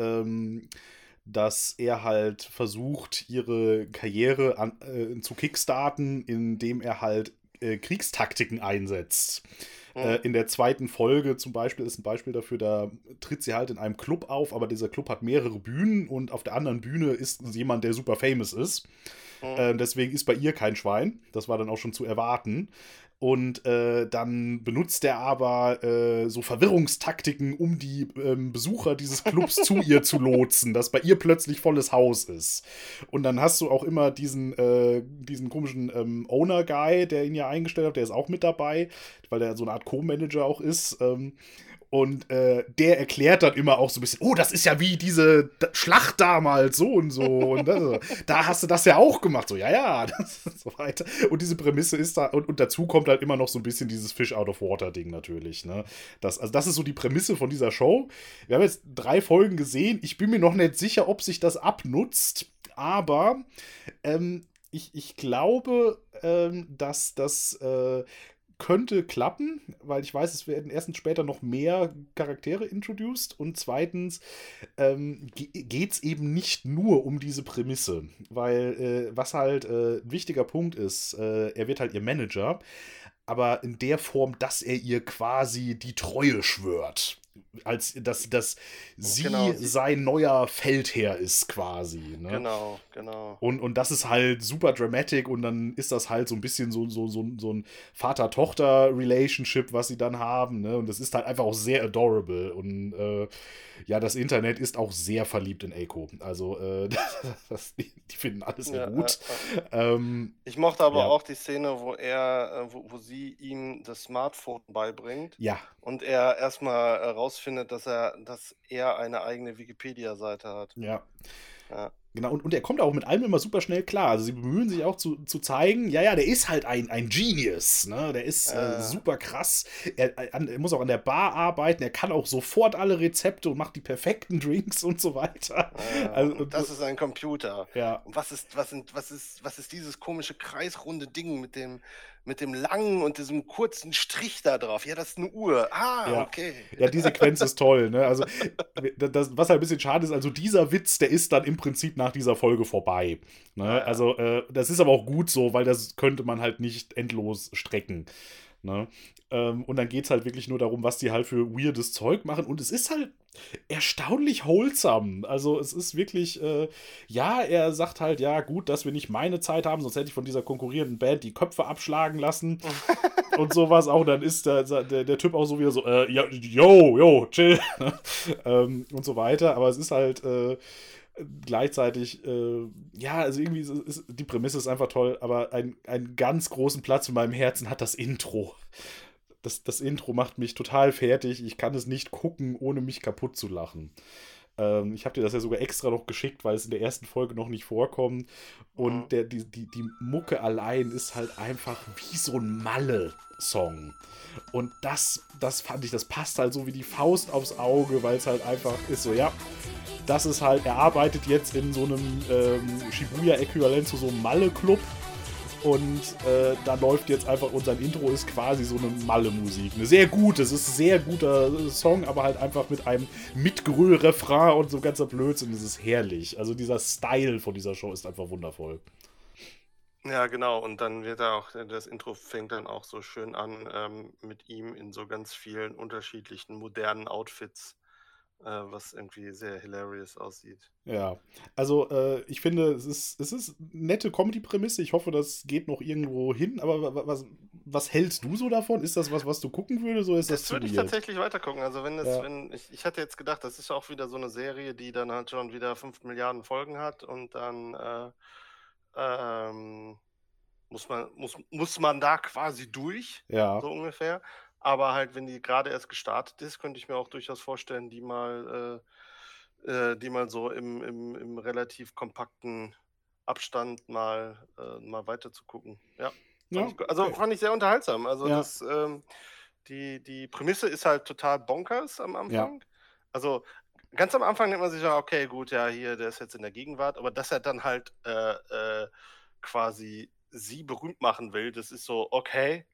dass er halt versucht, ihre Karriere zu kickstarten, indem er halt Kriegstaktiken einsetzt. Hm, In der zweiten Folge zum Beispiel ist ein Beispiel dafür, da tritt sie halt in einem Club auf, aber dieser Club hat mehrere Bühnen und auf der anderen Bühne ist jemand, der super famous ist. hm. Deswegen ist bei ihr kein Schwein. Das war dann auch schon zu erwarten. Und dann benutzt er aber so Verwirrungstaktiken, um die Besucher dieses Clubs zu ihr zu lotsen, dass bei ihr plötzlich volles Haus ist. Und dann hast du auch immer diesen komischen Owner-Guy, der ihn ja eingestellt hat, der ist auch mit dabei, weil der so eine Art Co-Manager auch ist. Und der erklärt dann immer auch so ein bisschen, oh, das ist ja wie diese Schlacht damals, so und so. Und da hast du das ja auch gemacht. So, ja, ja, das ist so weiter. Und diese Prämisse ist da, und dazu kommt halt immer noch so ein bisschen dieses Fish out of water Ding natürlich. Ne? Also das ist so die Prämisse von dieser Show. Wir haben jetzt 3 Folgen gesehen. Ich bin mir noch nicht sicher, ob sich das abnutzt, aber ich glaube, dass das könnte klappen, weil ich weiß, es werden erstens später noch mehr Charaktere introduced und zweitens geht es eben nicht nur um diese Prämisse, weil was halt ein wichtiger Punkt ist, er wird halt ihr Manager, aber in der Form, dass er ihr quasi die Treue schwört. Als dass Genau, sie sein neuer Feldherr ist quasi. Ne? genau, genau. Und das ist halt super dramatic und dann ist das halt so ein bisschen so ein Vater-Tochter-Relationship, was sie dann haben. Ne? Und das ist halt einfach auch sehr adorable. Und ja, das Internet ist auch sehr verliebt in Eiko. Also, die finden alles sehr Ja, gut. Ähm, ich mochte aber ja, auch die Szene, wo sie ihm das Smartphone beibringt ja, und er erstmal herausfindet, dass er eine eigene Wikipedia-Seite hat. ja. Ja, Genau, und er kommt auch mit allem immer super schnell klar. Also sie bemühen sich auch zu zeigen, ja, ja, der ist halt ein Genius, ne? Der ist äh, super krass. Er muss auch an der Bar arbeiten, er kann auch sofort alle Rezepte und macht die perfekten Drinks und so weiter. Also, und das ist ein Computer. ja, Und was ist dieses komische kreisrunde Ding mit dem langen und diesem kurzen Strich da drauf? Ja, das ist eine Uhr. Ah, ja. okay. Ja, die Sequenz ist toll, ne? Also, was halt ein bisschen schade ist, also dieser Witz, der ist dann im Prinzip nach dieser Folge vorbei. Ne? Ja, Also, das ist aber auch gut so, weil das könnte man halt nicht endlos strecken. Ne? Und dann geht es halt wirklich nur darum, was die halt für weirdes Zeug machen. Und es ist halt erstaunlich wholesome. Also es ist wirklich, ja, er sagt halt, ja gut, dass wir nicht meine Zeit haben, sonst hätte ich von dieser konkurrierenden Band die Köpfe abschlagen lassen und sowas auch. Dann ist der Typ auch so wieder so, ja, yo, chill. Und so weiter. Aber es ist halt gleichzeitig, ja, also irgendwie die Prämisse ist einfach toll, aber einen ganz großen Platz in meinem Herzen hat das Intro. Das Intro macht mich total fertig. Ich kann es nicht gucken, ohne mich kaputt zu lachen. Ich habe dir das ja sogar extra noch geschickt, weil es in der ersten Folge noch nicht vorkommt. Und die Mucke allein ist halt einfach wie so ein Malle-Song. Und das fand ich, das passt halt so wie die Faust aufs Auge, weil es halt einfach ist so, ja, das ist halt, er arbeitet jetzt in so einem Shibuya-Äquivalent zu so einem Malle-Club. Und da läuft jetzt einfach, und sein Intro ist quasi so eine Malle-Musik. Eine sehr gute, es ist ein sehr guter Song, aber halt einfach mit einem Mitgröl-Refrain und so ganzer Blödsinn. Es ist herrlich. Also dieser Style von dieser Show ist einfach wundervoll. Ja, genau. Und dann wird das Intro fängt dann auch so schön an mit ihm in so ganz vielen unterschiedlichen modernen Outfits, was irgendwie sehr hilarious aussieht. Ja, also ich finde, es ist eine nette Comedy-Prämisse. Ich hoffe, das geht noch irgendwo hin. Aber was hältst du so davon? Ist das was du gucken würdest, oder ist das Das zu würde ich weird? tatsächlich weitergucken. Also Ja. ich hatte jetzt gedacht, das ist auch wieder so eine Serie, die dann halt schon wieder 5 Milliarden Folgen hat und dann ähm, muss man da quasi durch, Ja. so ungefähr. Aber halt, wenn die gerade erst gestartet ist, könnte ich mir auch durchaus vorstellen, die mal so im relativ kompakten Abstand mal weiter zu gucken. Ja, Ja, okay. fand ich sehr unterhaltsam. Also Ja, die Prämisse ist halt total bonkers am ja. Anfang. Also ganz am Anfang denkt man sich ja, okay, gut, ja, hier, der ist jetzt in der Gegenwart, aber dass er dann halt quasi sie berühmt machen will, das ist so, okay,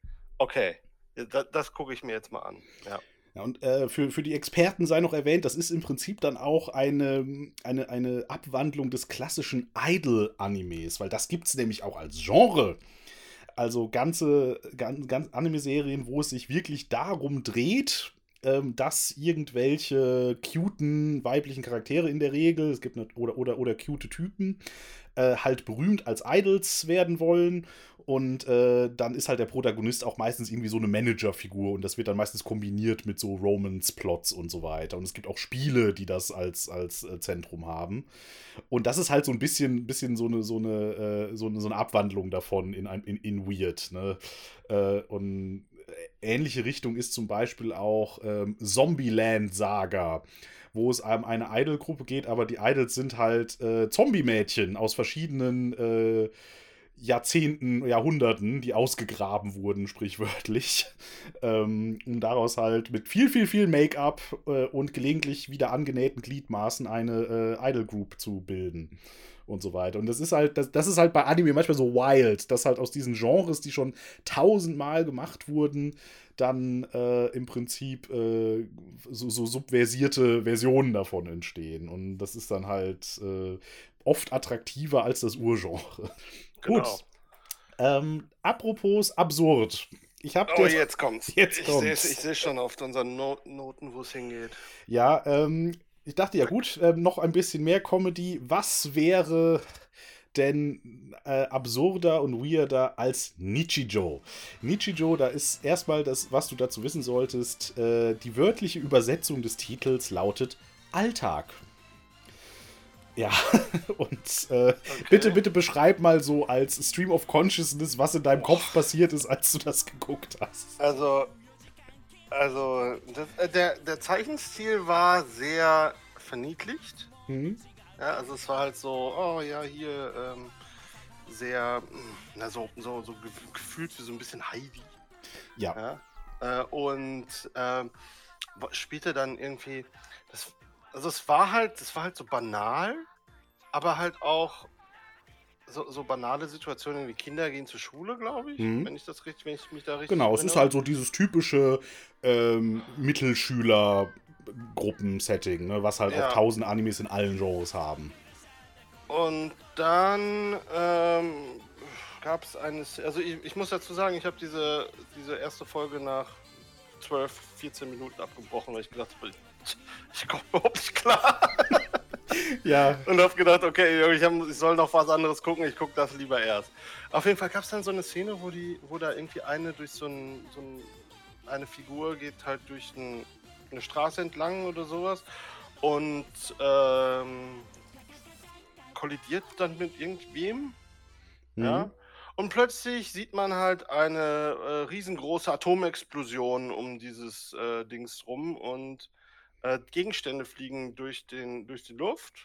das gucke ich mir jetzt mal an. Ja. Ja, und für die Experten sei noch erwähnt, das ist im Prinzip dann auch eine Abwandlung des klassischen Idol-Animes, weil das gibt es nämlich auch als Genre. Also ganz Anime-Serien, wo es sich wirklich darum dreht, dass irgendwelche cuten weiblichen Charaktere in der Regel, es gibt oder cute Typen, halt berühmt als Idols werden wollen. Und dann ist halt der Protagonist auch meistens irgendwie so eine Managerfigur und das wird dann meistens kombiniert mit so Romance-Plots und so weiter. Und es gibt auch Spiele, die das als Zentrum haben. Und das ist halt so ein bisschen so eine Abwandlung davon in Weird. Ne? Und ähnliche Richtung ist zum Beispiel auch Zombieland Saga, wo es eine Idol-Gruppe geht, aber die Idols sind halt Zombie-Mädchen aus verschiedenen Jahrzehnten, Jahrhunderten, die ausgegraben wurden, sprichwörtlich. Um daraus halt mit viel Make-up und gelegentlich wieder angenähten Gliedmaßen eine Idol-Group zu bilden. Und so weiter. Und das ist halt bei Anime manchmal so wild, dass halt aus diesen Genres, die schon tausendmal gemacht wurden, dann im Prinzip so subversierte Versionen davon entstehen. Und das ist dann halt oft attraktiver als das Urgenre. Genau. Gut. Apropos absurd. Jetzt kommt's. Jetzt kommt's. Ich sehe schon auf unseren Noten, wo es hingeht. Ja, ich dachte ja gut, noch ein bisschen mehr Comedy. Was wäre denn absurder und weirder als Nichijou? Nichijou, da ist erstmal das, was du dazu wissen solltest. Die wörtliche Übersetzung des Titels lautet Alltag. Ja, und Okay. bitte beschreib mal so als Stream of Consciousness, was in deinem Kopf passiert ist, als du das geguckt hast. Der Zeichenstil war sehr verniedlicht. Hm? Ja, also es war halt so, oh ja, hier sehr, gefühlt wie so ein bisschen Heidi. Ja. Ja? Spielte dann irgendwie, es war halt so banal, aber halt auch so banale Situationen wie Kinder gehen zur Schule, glaube ich, wenn ich mich da richtig Genau, es ist erinnere. halt so dieses typische Mittelschüler-Gruppen-Setting, ne, was halt auch Ja. 1000 Animes in allen Genres haben. Und dann gab es also ich muss dazu sagen, ich habe diese erste Folge nach 12, 14 Minuten abgebrochen, weil ich gedacht habe, ich komme überhaupt nicht klar. Ja. Und habe gedacht, okay, ich soll noch was anderes gucken, ich gucke das lieber erst. Auf jeden Fall gab es dann so eine Szene, wo da irgendwie eine durch eine Figur geht halt durch eine Straße entlang oder sowas und kollidiert dann mit irgendwem. Ja. Und plötzlich sieht man halt eine riesengroße Atomexplosion um dieses Dings rum und Gegenstände fliegen durch die Luft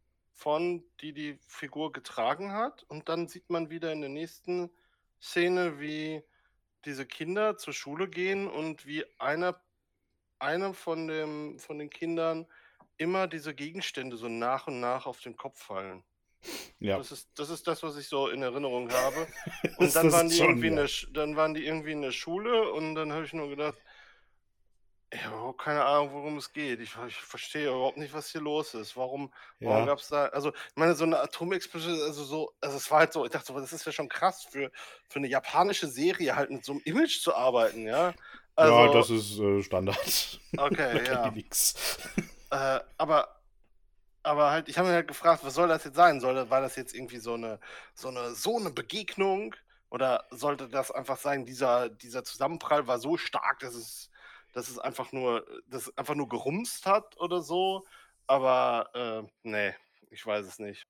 die Figur getragen hat. Und dann sieht man wieder in der nächsten Szene, wie diese Kinder zur Schule gehen und wie einer von den Kindern immer diese Gegenstände so nach und nach auf den Kopf fallen. Ja. Das ist das, was ich so in Erinnerung habe. Und Das dann waren ist die schon, irgendwie ja. dann waren die irgendwie in der Schule und dann habe ich nur gedacht, ich habe überhaupt keine Ahnung, worum es geht. Ich verstehe überhaupt nicht, was hier los ist. Warum Ja. gab es da, also ich meine, so eine Atomexplosion, also es war halt so, ich dachte so, das ist ja schon krass für eine japanische Serie halt mit so einem Image zu arbeiten, ja. Ja, Also, das ist Standard. Da okay, können die ja. nix. Aber halt, ich habe mir halt gefragt, was soll das jetzt sein? War das jetzt irgendwie so eine Begegnung? Oder sollte das einfach sein, dieser Zusammenprall war so stark, dass es einfach nur gerumst hat oder so? Aber nee, ich weiß es nicht.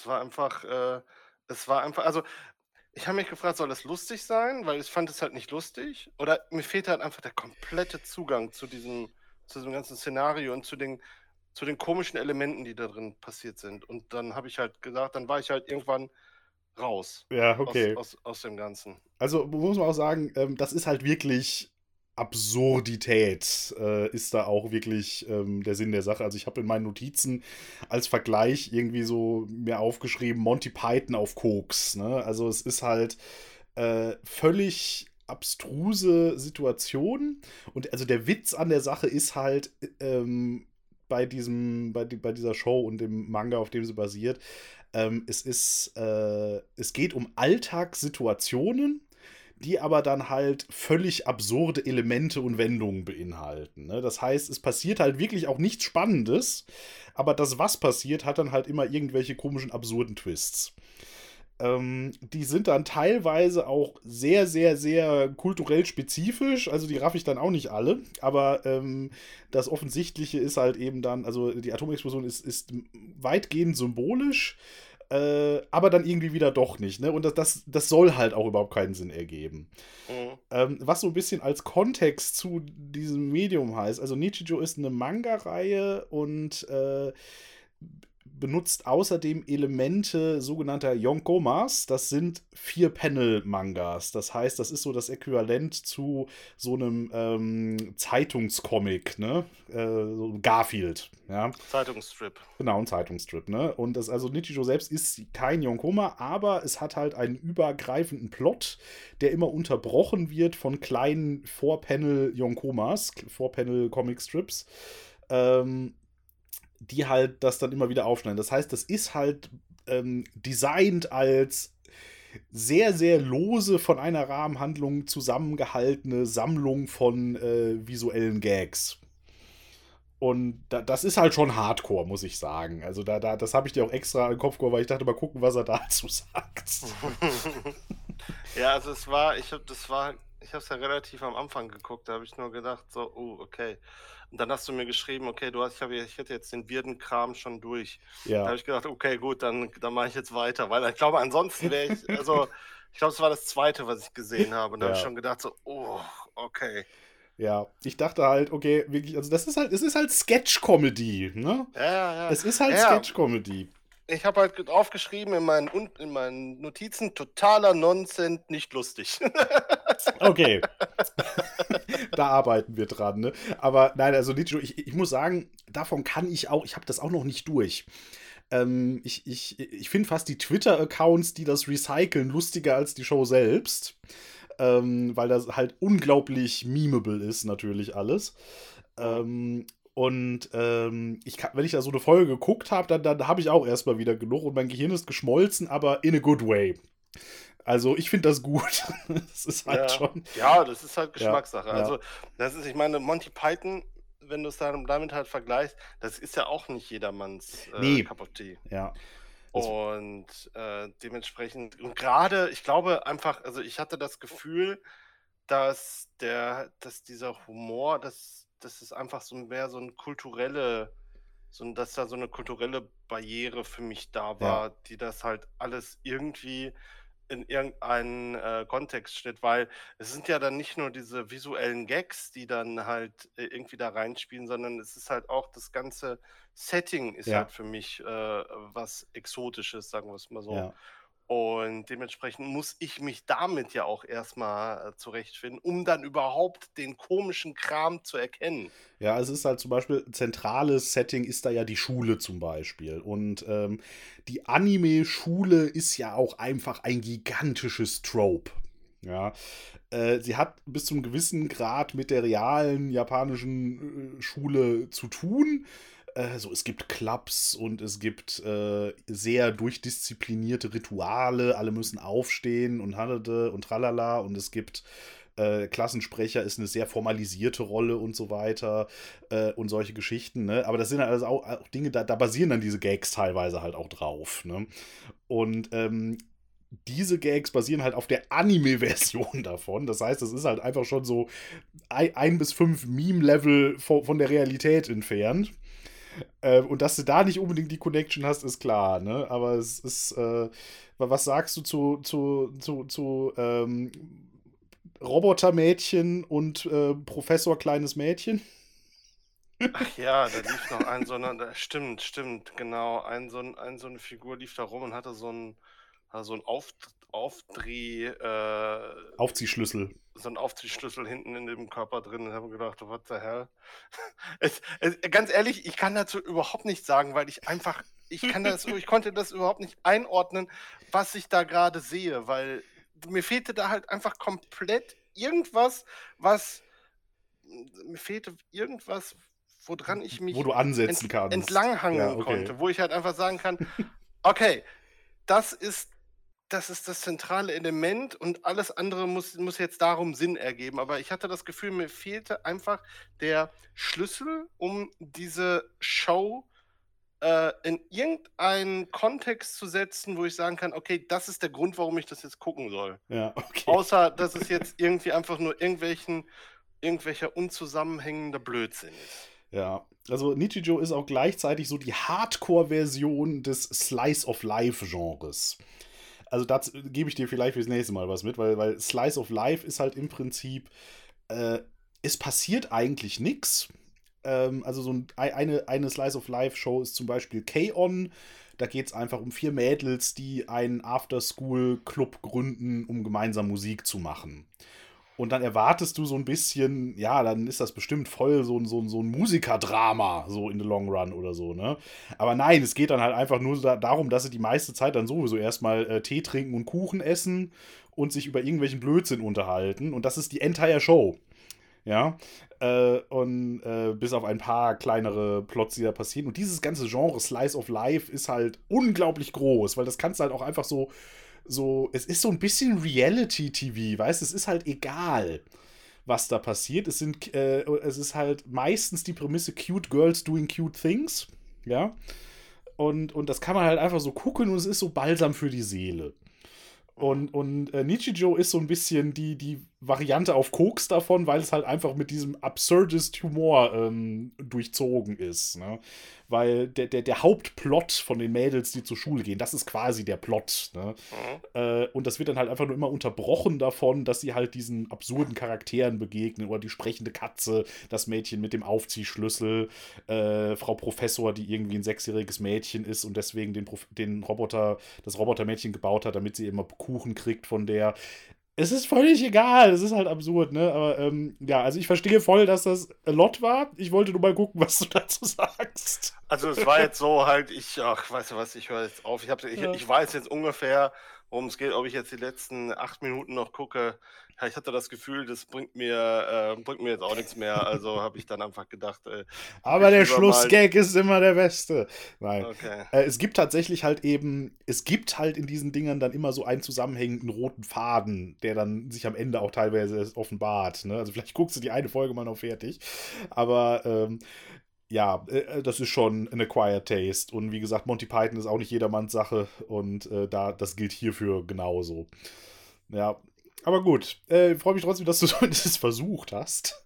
Es war einfach, also ich habe mich gefragt, soll das lustig sein? Weil ich fand es halt nicht lustig. Oder mir fehlt halt einfach der komplette Zugang zu diesem ganzen Szenario und zu den komischen Elementen, die da drin passiert sind. Und dann habe ich halt gesagt, dann war ich halt irgendwann raus Ja, okay. aus dem Ganzen. Also muss man auch sagen, das ist halt wirklich Absurdität, ist da auch wirklich der Sinn der Sache. Also ich habe in meinen Notizen als Vergleich irgendwie so mir aufgeschrieben, Monty Python auf Koks. Ne? Also es ist halt völlig abstruse Situation. Und also der Witz an der Sache ist halt bei dieser Show und dem Manga, auf dem sie basiert, es geht um Alltagssituationen, die aber dann halt völlig absurde Elemente und Wendungen beinhalten. Ne? Das heißt, es passiert halt wirklich auch nichts Spannendes, aber das, was passiert, hat dann halt immer irgendwelche komischen, absurden Twists. Die sind dann teilweise auch sehr, sehr, sehr kulturell spezifisch. Also die raff ich dann auch nicht alle. Aber das Offensichtliche ist halt eben dann, also die Atomexplosion ist weitgehend symbolisch, aber dann irgendwie wieder doch nicht. Ne? Und das soll halt auch überhaupt keinen Sinn ergeben. Was so ein bisschen als Kontext zu diesem Medium heißt, also Nichijou ist eine Manga-Reihe und benutzt außerdem Elemente sogenannter Yonkomas. Das sind 4-Panel-Mangas. Das heißt, das ist so das Äquivalent zu so einem Zeitungscomic, ne? So Garfield, ja. Zeitungsstrip. Genau, ein Zeitungsstrip, ne? Und das, also Nichijou selbst ist kein Yonkoma, aber es hat halt einen übergreifenden Plot, der immer unterbrochen wird von kleinen 4-Panel-Yonkomas, 4-Panel-Comic-Strips, die halt das dann immer wieder aufschneiden. Das heißt, das ist halt designt als sehr, sehr lose von einer Rahmenhandlung zusammengehaltene Sammlung von visuellen Gags. Und das ist halt schon Hardcore, muss ich sagen. Also das habe ich dir auch extra in den Kopf geholt, weil ich dachte, mal gucken, was er dazu sagt. Ja, also ich habe es ja relativ am Anfang geguckt, da habe ich nur gedacht, so, oh, okay. Und dann hast du mir geschrieben, okay, ich hätte jetzt den Wirden-Kram schon durch. Da Ja. habe ich gedacht, okay, gut, dann mache ich jetzt weiter, weil ich glaube, ansonsten wäre also ich glaube, es war das zweite, was ich gesehen habe. Und da habe ich Ja. schon gedacht, so, oh, okay. Ja, ich dachte halt, okay, wirklich, also es ist halt Sketch-Comedy, ne? Ja. Es ist halt Ja, Sketch-Comedy. ich habe halt aufgeschrieben in meinen Notizen, totaler Nonsens, nicht lustig. Okay. Da arbeiten wir dran, ne? Aber nein, also Nichijou, ich muss sagen, davon kann ich auch, ich habe das auch noch nicht durch. Ich finde fast die Twitter-Accounts, die das recyceln, lustiger als die Show selbst. Weil das halt unglaublich memeable ist, natürlich alles. Wenn ich da so eine Folge geguckt habe, dann habe ich auch erstmal wieder genug und mein Gehirn ist geschmolzen, aber in a good way. Also ich finde das gut. Das ist halt Ja. schon. Ja, das ist halt Ja, Geschmackssache. ja, Also, ich meine, Monty Python, wenn du es dann damit halt vergleichst, das ist ja auch nicht jedermanns, nee, Cup of Tea. ja. Das, Und, dementsprechend und grade ich glaube einfach also, ich hatte das Gefühl, dass dieser Humor, dass es einfach so mehr so 'n kulturelle dass da so 'ne kulturelle Barriere für mich da ja, war, die das halt alles irgendwie in irgendeinen, Kontext steht, weil es sind ja dann nicht nur diese visuellen Gags, die dann halt, irgendwie da reinspielen, sondern es ist halt auch das ganze Setting ist halt ja, für mich, was Exotisches, sagen wir's mal so. ja. Und dementsprechend muss ich mich damit ja auch erstmal zurechtfinden, um dann überhaupt den komischen Kram zu erkennen. Ja, es ist halt zum Beispiel, zentrales Setting ist da ja die Schule zum Beispiel. Und die Anime-Schule ist ja auch einfach ein gigantisches Trope. Ja, sie hat bis zum gewissen Grad mit der realen japanischen Schule zu tun. So, es gibt Clubs und es gibt sehr durchdisziplinierte Rituale. Alle müssen aufstehen und hallede und tralala. Und es gibt Klassensprecher, ist eine sehr formalisierte Rolle und so weiter und solche Geschichten. Ne? Aber das sind halt also auch Dinge, da basieren dann diese Gags teilweise halt auch drauf. Ne? Und diese Gags basieren halt auf der Anime-Version davon. Das heißt, es ist halt einfach schon so 1 bis 5 Meme-Level von der Realität entfernt. Und dass du da nicht unbedingt die Connection hast, ist klar, ne? Aber es ist, was sagst du zu Robotermädchen und Professor kleines Mädchen? Ach ja, da lief noch stimmt, genau. So 'ne Figur lief da rum und hatte so 'n Aufdreh Aufziehschlüssel. so 'n Aufziehschlüssel hinten in dem Körper drin und habe mir gedacht: „What the hell?“ Ganz ehrlich, ich kann dazu überhaupt nichts sagen, weil ich konnte das überhaupt nicht einordnen, was ich da grade sehe, weil mir fehlte da halt einfach komplett was mir fehlte irgendwas, woran ich Wo mich du ansetzen kannst. Ja, entlanghangeln okay. konnte, wo ich halt einfach sagen kann: „Okay, das ist das zentrale Element und alles andere muss jetzt darum Sinn ergeben.“ Aber ich hatte das Gefühl, mir fehlte einfach der Schlüssel, um diese Show, in irgendeinen Kontext zu setzen, wo ich sagen kann: „Okay, das ist der Grund, warum ich das jetzt gucken soll.“ Ja, okay. Außer, dass es jetzt irgendwie einfach nur irgendwelcher unzusammenhängender Blödsinn ist. Ja. Also Nichijou ist auch gleichzeitig so die Hardcore-Version des Slice-of-Life-Genres. Also dazu gebe ich dir vielleicht fürs nächste Mal was mit, weil Slice of Life ist halt im Prinzip, äh, es passiert eigentlich nichts. Also so eine Slice of Life Show ist zum Beispiel K-On! Da geht es einfach um 4 Mädels, die einen After-School-Club gründen, um gemeinsam Musik zu machen. Und dann erwartest du so ein bisschen, ja, dann ist das bestimmt voll so ein Musikerdrama, so in the long run oder so, ne? Aber nein, es geht dann halt einfach nur darum, dass sie die meiste Zeit dann sowieso erstmal Tee trinken und Kuchen essen und sich über irgendwelchen Blödsinn unterhalten. Und das ist die entire Show. Ja. Und bis auf ein paar kleinere Plots, die da passieren. Und dieses ganze Genre Slice of Life ist halt unglaublich groß, weil das kannst du halt auch einfach es ist so ein bisschen Reality-TV, weißt du, es ist halt egal, was da passiert. Es ist halt meistens die Prämisse cute girls doing cute things, ja. Und das kann man halt einfach so gucken und es ist so Balsam für die Seele. Mhm. Und Nichijou ist so ein bisschen die Variante auf Koks davon, weil es halt einfach mit diesem absurdest Humor durchzogen ist. Ne? Weil der Hauptplot von den Mädels, die zur Schule gehen, das ist quasi der Plot. Ne? Mhm. Und das wird dann halt einfach nur immer unterbrochen davon, dass sie halt diesen absurden Charakteren begegnen. Oder die sprechende Katze, das Mädchen mit dem Aufziehschlüssel, Frau Professor, die irgendwie ein 6-jähriges Mädchen ist und deswegen das Robotermädchen gebaut hat, damit sie immer Kuchen kriegt von der. Es ist völlig egal, es ist halt absurd, ne? Aber ja, also ich verstehe voll, dass das a lot war. Ich wollte nur mal gucken, was du dazu sagst. Also, es war jetzt so halt, weißt du was, ich höre jetzt auf. Ja. Ich weiß jetzt ungefähr, worum es geht. Ob ich jetzt die letzten 8 Minuten noch gucke, Ja, ich hatte das Gefühl, das bringt mir jetzt auch nichts mehr. Also habe ich dann einfach gedacht, gucke Aber ich der lieber mal. Schlussgag ist immer der beste. Nein. Okay. Es gibt tatsächlich halt eben, es gibt halt in diesen Dingern dann immer so einen zusammenhängenden roten Faden, der dann sich am Ende auch teilweise erst offenbart. Ne? Also vielleicht guckst du die eine Folge mal noch fertig. Aber ja, das ist schon ein Acquired Taste. Und wie gesagt, Monty Python ist auch nicht jedermanns Sache. Und das gilt hierfür genauso. Ja, aber gut. Ich freue mich trotzdem, dass du das versucht hast.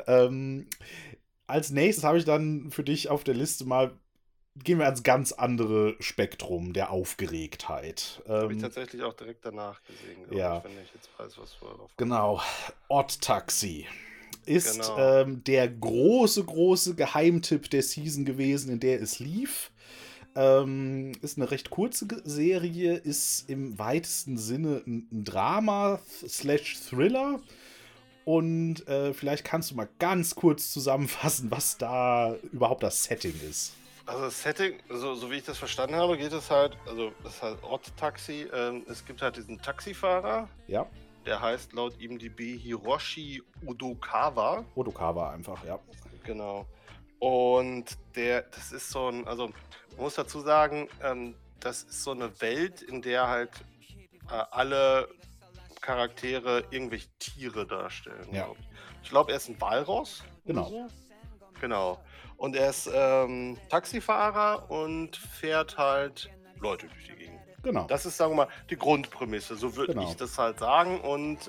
Als nächstes habe ich dann für dich auf der Liste mal, gehen wir ans ganz andere Spektrum der Aufgeregtheit. Habe ich tatsächlich auch direkt danach gesehen, glaube ich, Ja, wenn ich jetzt weiß, was du darauf genau. anspielst. Odd Taxi ist Genau. der große Geheimtipp der Season gewesen, in der es lief. Ist eine recht kurze Serie, ist im weitesten Sinne ein Drama/Thriller. Und vielleicht kannst du mal ganz kurz zusammenfassen, was da überhaupt das Setting ist. Also das Setting, so wie ich das verstanden habe, geht es halt, also das heißt Odd Taxi, es gibt halt diesen Taxifahrer, Ja, der heißt laut IMDb Hiroshi Udokawa. Odokawa einfach, ja. Genau. Und das ist so ein, also man muss dazu sagen, das ist so eine Welt, in der halt alle Charaktere irgendwelche Tiere darstellen, Ja, glaube ich. Ich glaube, er ist ein Walross oder genau. so. Genau. Und er ist Taxifahrer und fährt halt Leute durch die Gegend. Genau. Das ist, sagen wir mal, die Grundprämisse. So würde Genau. ich das halt sagen. Und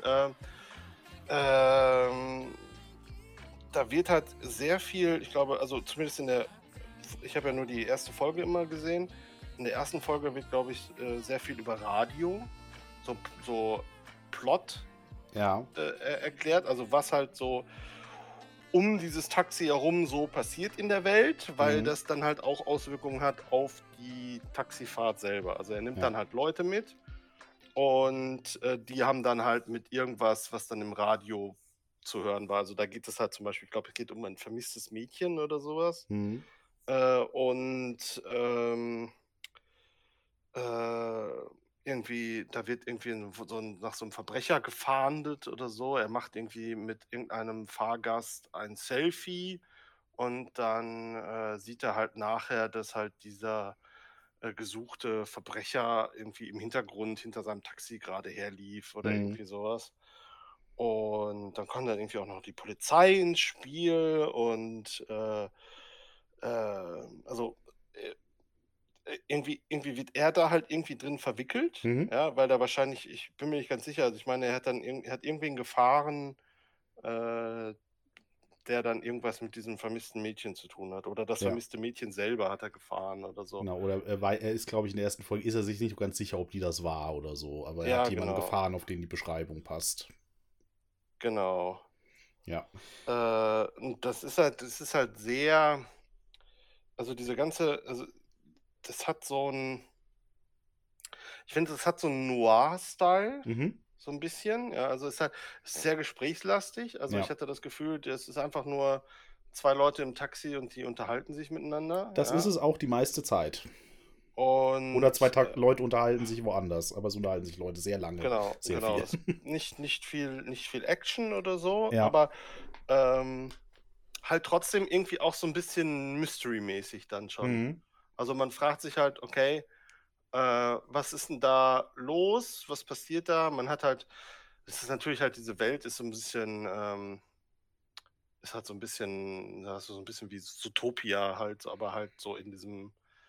ähm, da wird halt sehr viel, ich glaube, also zumindest ich habe ja nur die erste Folge immer gesehen. In der ersten Folge wird, glaube ich, sehr viel über Radio, so Plot Ja. erklärt, also was halt so um dieses Taxi herum so passiert in der Welt, weil Mhm. das dann halt auch Auswirkungen hat auf die Taxifahrt selber. Also er nimmt Ja. dann halt Leute mit und die haben dann halt mit irgendwas, was dann im Radio zu hören war. Also da geht es halt zum Beispiel, ich glaube, es geht um ein vermisstes Mädchen oder sowas. Mhm. Und äh, irgendwie, da wird irgendwie nach so einem Verbrecher gefahndet oder so. Er macht irgendwie mit irgendeinem Fahrgast ein Selfie und dann sieht er halt nachher, dass halt dieser gesuchte Verbrecher irgendwie im Hintergrund hinter seinem Taxi gerade herlief oder Mhm. irgendwie sowas. Und dann kommt dann irgendwie auch noch die Polizei ins Spiel und also äh, irgendwie wird er da halt irgendwie drin verwickelt, Mhm. ja, weil da wahrscheinlich, ich bin mir nicht ganz sicher, also ich meine, er hat irgendwen gefahren, äh, der dann irgendwas mit diesem vermissten Mädchen zu tun hat. Oder das Ja. vermisste Mädchen selber hat er gefahren oder so. Genau. Oder er ist, glaube ich, in der ersten Folge, ist er sich nicht ganz sicher, ob die das war oder so. Aber er hat Ja, jemanden genau, gefahren, auf den die Beschreibung passt. genau. Ja. Und das ist halt sehr, also diese ganze, also das hat so ein, ich finde, das hat so einen Noir-Style, Mhm. so ein bisschen. Ja, also es ist sehr gesprächslastig. Also ich Ja. hatte das Gefühl, das ist einfach nur zwei Leute im Taxi und die unterhalten sich miteinander. Das ist Ja. es auch die meiste Zeit. Oder zwei Und Leute unterhalten sich woanders, aber es unterhalten sich Leute sehr lange, genau, sehr genau. viel. Es nicht viel Action oder so, Ja. aber ähm, halt trotzdem irgendwie auch so ein bisschen Mystery-mäßig dann schon. Mhm. Also man fragt sich halt, okay, was ist denn da los? Was passiert da? Man hat halt, es ist natürlich halt, diese Welt ist so ein bisschen, ist halt so ein bisschen, da hast du so ein bisschen wie Zootopia halt, aber halt so in diesem,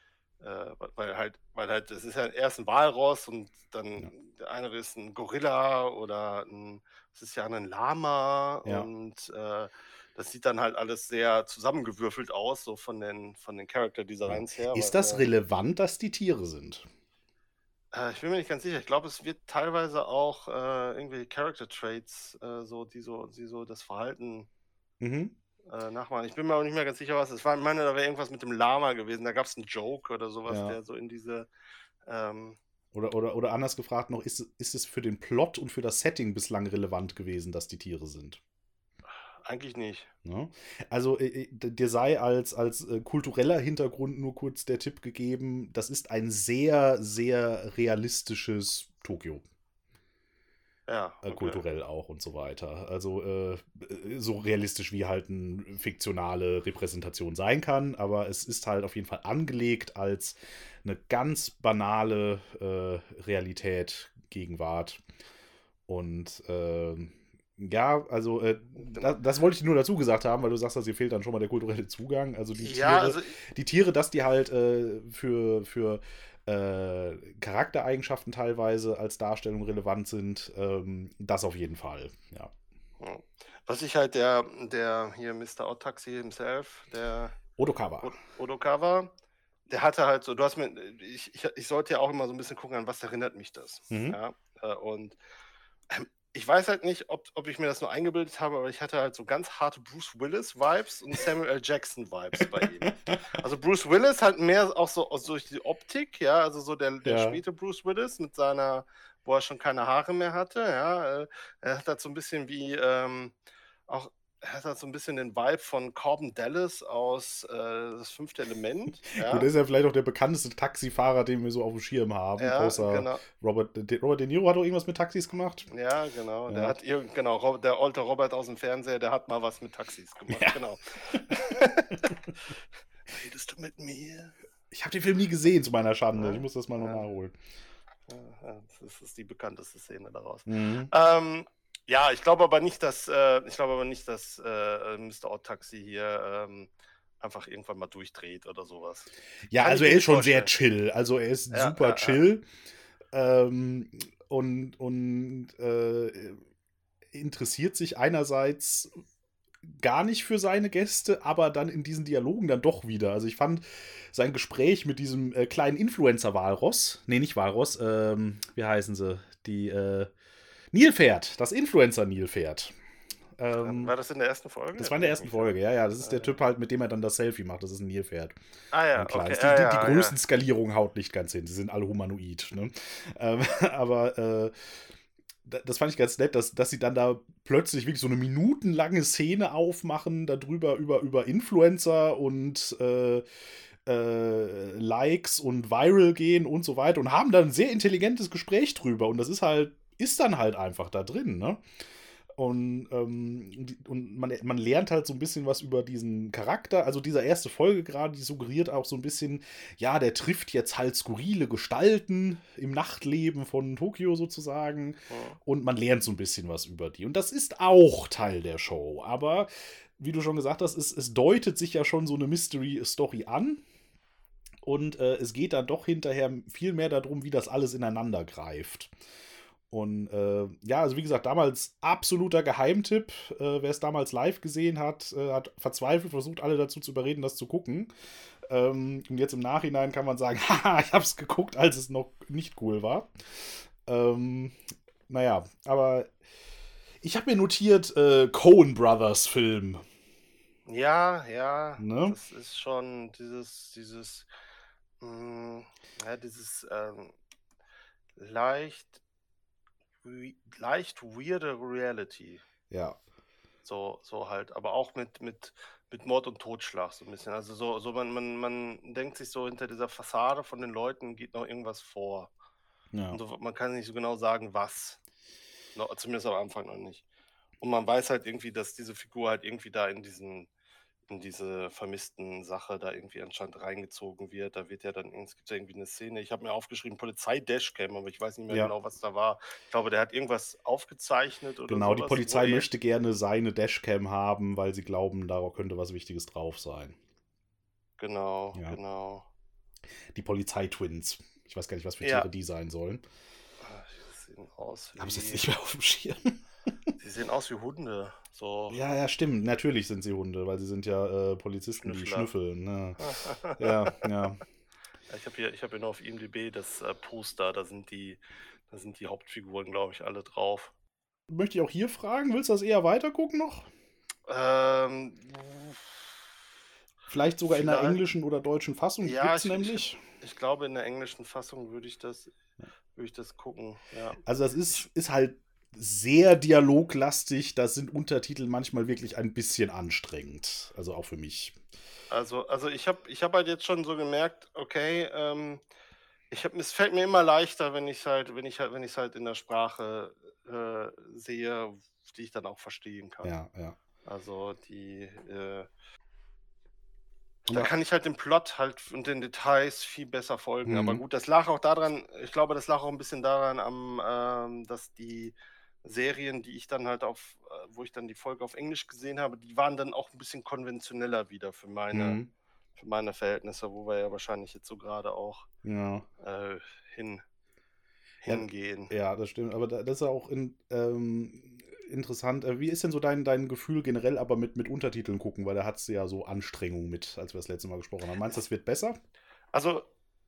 das ist ja erst ein Walross und Ja. dann der eine ist ein Gorilla oder es ist ja ein Lama Ja. und das sieht dann halt alles sehr zusammengewürfelt aus, so von den Character Ja. Designs her. Ist das relevant, dass die Tiere sind? Ich bin mir nicht ganz sicher. Ich glaube, es wird teilweise auch irgendwelche Character Traits, die so das Verhalten Mhm. nachmachen. Ich bin mir auch nicht mehr ganz sicher, was es war. Ich meine, da wäre irgendwas mit dem Lama gewesen. Da gab es einen Joke oder sowas, Ja. der so in diese. Ähm, Oder anders gefragt noch, ist es für den Plot und für das Setting bislang relevant gewesen, dass die Tiere sind? eigentlich nicht. Ne? Also dir sei als kultureller Hintergrund nur kurz der Tipp gegeben, das ist ein sehr realistisches Tokio. Ja, okay. kulturell auch und so weiter. Also so realistisch wie halt eine fiktionale Repräsentation sein kann, aber es ist halt auf jeden Fall angelegt als eine ganz banale Realität, Gegenwart. Und ja, also Genau. das wollte ich nur dazu gesagt haben, weil du sagst, dass hier fehlt dann schon mal der kulturelle Zugang. Also Ja, also die Tiere, dass die halt für Charaktereigenschaften teilweise als Darstellung relevant sind, das auf jeden Fall, ja. ja. Was ich halt der hier Mr. Otaxi himself, der Odokawa. Odokawa, der hatte halt so, du hast mir, ich sollte ja auch immer so ein bisschen gucken, an was erinnert mich das. Mhm. Ja, und ich weiß halt nicht, ob ich mir das nur eingebildet habe, aber ich hatte halt so ganz harte Bruce Willis-Vibes und Samuel L. Jackson-Vibes bei ihm. Also Bruce Willis halt mehr auch so durch die Optik, ja, also so der Ja. späte Bruce Willis mit seiner, wo er schon keine Haare mehr hatte, ja. Er hat halt so ein bisschen wie, auch, er hat halt so ein bisschen den Vibe von Corbin Dallas aus Das fünfte Element, Gut, ja. das ist ja vielleicht auch der bekannteste Taxifahrer, den wir so auf dem Schirm haben, Ja, außer genau. Robert De Niro hat doch irgendwas mit Taxis gemacht. Ja, genau. Der Ja. hat genau, der alte Robert aus dem Fernseher, der hat mal was mit Taxis gemacht, Ja. genau. Redest du mit mir? Ich habe den Film nie gesehen, zu meiner Schande. Ich Ne? muss das mal noch Ja, nachholen. ja, das ist die bekannteste Szene daraus. Mhm. Ja, ich glaube aber nicht, dass Mr. Odd Taxi hier einfach irgendwann mal durchdreht oder sowas. Ja, Kann ich also mir er ist nicht schon sehr vorstellen. chill. Also er ist Ja, super chill. Und interessiert sich einerseits gar nicht für seine Gäste, aber dann in diesen Dialogen dann doch wieder. Also ich fand sein Gespräch mit diesem kleinen Influencer-Walross, nee, nicht Walross, wie heißen sie? Die Nilpferd, das Influencer-Nilpferd. war das in der ersten Folge? Das war in der Erinnere ich ersten mich gar Folge, nicht. ja, ja. Das ist der Typ halt, mit dem er dann das Selfie macht. Das ist ein Nilpferd. Ja, Ein okay. kleines. Ja, Die ja, ja. Größenskalierung haut nicht ganz hin. Sie sind alle humanoid. Ne? Aber das fand ich ganz nett, dass sie dann da plötzlich wirklich so eine minutenlange Szene aufmachen, darüber über Influencer und Likes und Viral gehen und so weiter und haben dann ein sehr intelligentes Gespräch drüber. Und das ist dann halt einfach da drin, ne? Und man lernt halt so ein bisschen was über diesen Charakter. Also dieser erste Folge gerade, die suggeriert auch so ein bisschen, ja, der trifft jetzt halt skurrile Gestalten im Nachtleben von Tokio sozusagen. Hm. Und man lernt so ein bisschen was über die. Und das ist auch Teil der Show. Aber wie du schon gesagt hast, es deutet sich ja schon so eine Mystery-Story an. Und es geht dann doch hinterher viel mehr darum, wie das alles ineinander greift. Und ja, also wie gesagt, damals absoluter Geheimtipp. Wer es damals live gesehen hat, hat verzweifelt versucht, alle dazu zu überreden, das zu gucken. Und jetzt im Nachhinein kann man sagen, haha, ich habe es geguckt, als es noch nicht cool war. Naja, aber ich habe mir notiert, Coen Brothers Film. Ja, Ne? das ist schon ja, dieses leicht, leicht weirde Reality. Ja. So halt, aber auch mit Mord und Totschlag so ein bisschen. Also so man denkt sich so, hinter dieser Fassade von den Leuten geht noch irgendwas vor. Ja. Und so, man kann nicht so genau sagen, was. Zumindest am Anfang noch nicht. Und man weiß halt irgendwie, dass diese Figur halt irgendwie da in diese vermissten Sache da irgendwie anscheinend reingezogen wird. Da wird ja dann, es gibt ja irgendwie eine Szene, ich habe mir aufgeschrieben, Polizei-Dashcam, aber ich weiß nicht mehr Ja. genau, was da war. Ich glaube, der hat irgendwas aufgezeichnet oder Genau, die sowas, Polizei möchte gerne seine Dashcam haben, weil sie glauben, da könnte was Wichtiges drauf sein. Genau, Ja. genau. Die Polizei-Twins. Ich weiß gar nicht, was für Ja. Tiere die sein sollen. Die sehen aus Haben sie jetzt wie, nicht mehr auf dem Schirm. die sehen aus wie Hunde. So. Ja, stimmt. Natürlich sind sie Hunde, weil sie sind ja Polizisten, die Schnüffler. schnüffeln. Ne? Ja. Ich hab hier nur auf IMDb das Poster, da sind die Hauptfiguren, glaube ich, alle drauf. Möchte ich auch hier fragen, willst du das eher weitergucken noch? Vielleicht sogar in der Vielleicht. englischen oder deutschen Fassung, die Ja, gibt's nämlich. ich glaube, in der englischen Fassung würde ich das gucken. Ja. Also das ist halt sehr dialoglastig, da sind Untertitel manchmal wirklich ein bisschen anstrengend. Also auch für mich. Also ich hab halt jetzt schon so gemerkt, okay, Es fällt mir immer leichter, wenn ich's halt in der Sprache, sehe, die ich dann auch verstehen kann. Ja, ja. Also, Und da da, kann ich halt dem Plot halt und den Details viel besser folgen. Aber mhm. gut, das lag auch daran ich glaube, das lag auch 'n bisschen daran dass die Serien, die ich dann halt wo ich dann die Folge auf Englisch gesehen habe, die waren dann auch 'n bisschen konventioneller wieder Mhm. für meine Verhältnisse, wo wir ja wahrscheinlich jetzt so grade auch, Ja. äh, hin Ja, hingehen. ja, das stimmt. Aber das ist ja auch interessant. Wie ist denn so dein Gefühl generell aber mit Untertiteln gucken? Weil da hattest du ja so Anstrengung mit, als wir das letzte Mal gesprochen haben. Meinst du, Es das wird besser? also,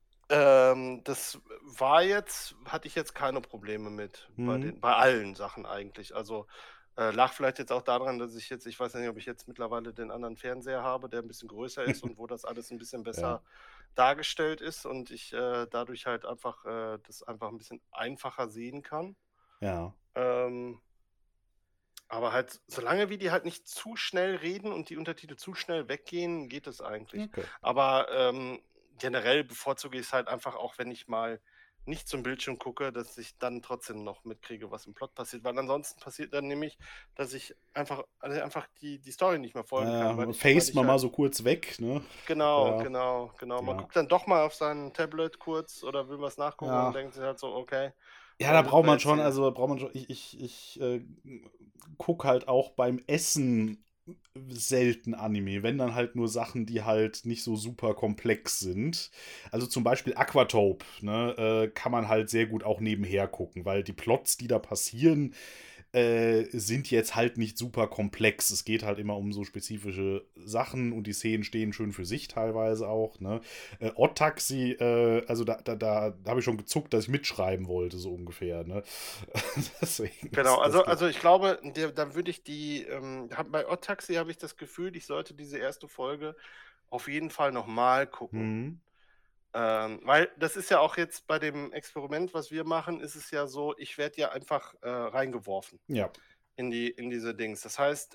das hatte ich jetzt keine Probleme mit Mhm. bei allen Sachen eigentlich. Also, lag vielleicht jetzt auch daran, dass ich weiß nicht, ob ich jetzt mittlerweile den anderen Fernseher habe, der 'n bisschen größer ist und wo das alles 'n bisschen Ja, besser dargestellt ist und ich, dadurch halt einfach das einfach 'n bisschen einfacher sehen kann. ja, Ähm, aber halt, solange wie die halt nicht zu schnell reden und die Untertitel zu schnell weggehen, geht es eigentlich. okay. Aber, generell bevorzuge ich's halt einfach auch, wenn ich mal nicht zum Bildschirm gucke, dass ich dann trotzdem noch mitkriege, was im Plot passiert, weil ansonsten passiert dann nämlich, dass ich einfach die Story nicht mehr folgen kann, weil Faced ich man mal halt so kurz weg, ne? genau, Ja, genau, genau. Man ja, guckt dann doch mal auf sein Tablet kurz oder will was nachgucken und ja. denkt sich halt so: „Okay, Ja, da warum sind braucht wir man jetzt schon, hier?“ also da braucht man schon, ich gucke halt auch beim Essen selten Anime, wenn dann halt nur Sachen, die halt nicht so super komplex sind. Also zum Beispiel Aquatope, ne, kann man halt sehr gut auch nebenher gucken, weil die Plots, die da passieren, sind jetzt halt nicht super komplex. Es geht halt immer um so spezifische Sachen und die Szenen stehen schön für sich teilweise auch. Ne? Odd Taxi, also da habe ich schon gezuckt, dass ich mitschreiben wollte, so ungefähr. Ne? Deswegen, Genau, das geht. also ich glaube, da würde ich bei Odd Taxi habe ich das Gefühl, ich sollte diese erste Folge auf jeden Fall noch mal gucken. Hm, Weil das ist ja auch jetzt bei dem Experiment, was wir machen, ist es ja so, ich werde ja einfach, reingeworfen ja. in diese Dings. Das heißt,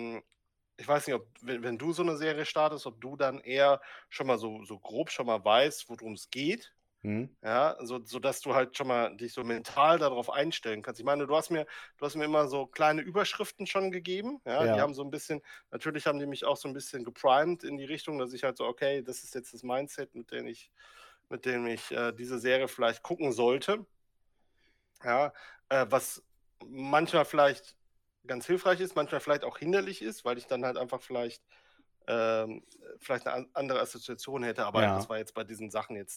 ich weiß nicht, ob wenn du so eine Serie startest, ob du dann eher schon mal so grob schon mal weißt, worum es geht? Hm, Ja, sodass du halt schon mal dich so mental darauf einstellen kannst. Ich meine, du hast mir immer so kleine Überschriften schon gegeben, ja? Die ja. haben so ein bisschen natürlich haben die mich auch so ein bisschen geprimed in die Richtung, dass ich halt so: „Okay, das ist jetzt das Mindset, mit dem ich, diese Serie vielleicht gucken sollte“, ja? Was manchmal vielleicht ganz hilfreich ist, manchmal vielleicht auch hinderlich ist, weil ich dann halt einfach vielleicht eine andere Assoziation hätte, aber das Ja. war jetzt bei diesen Sachen jetzt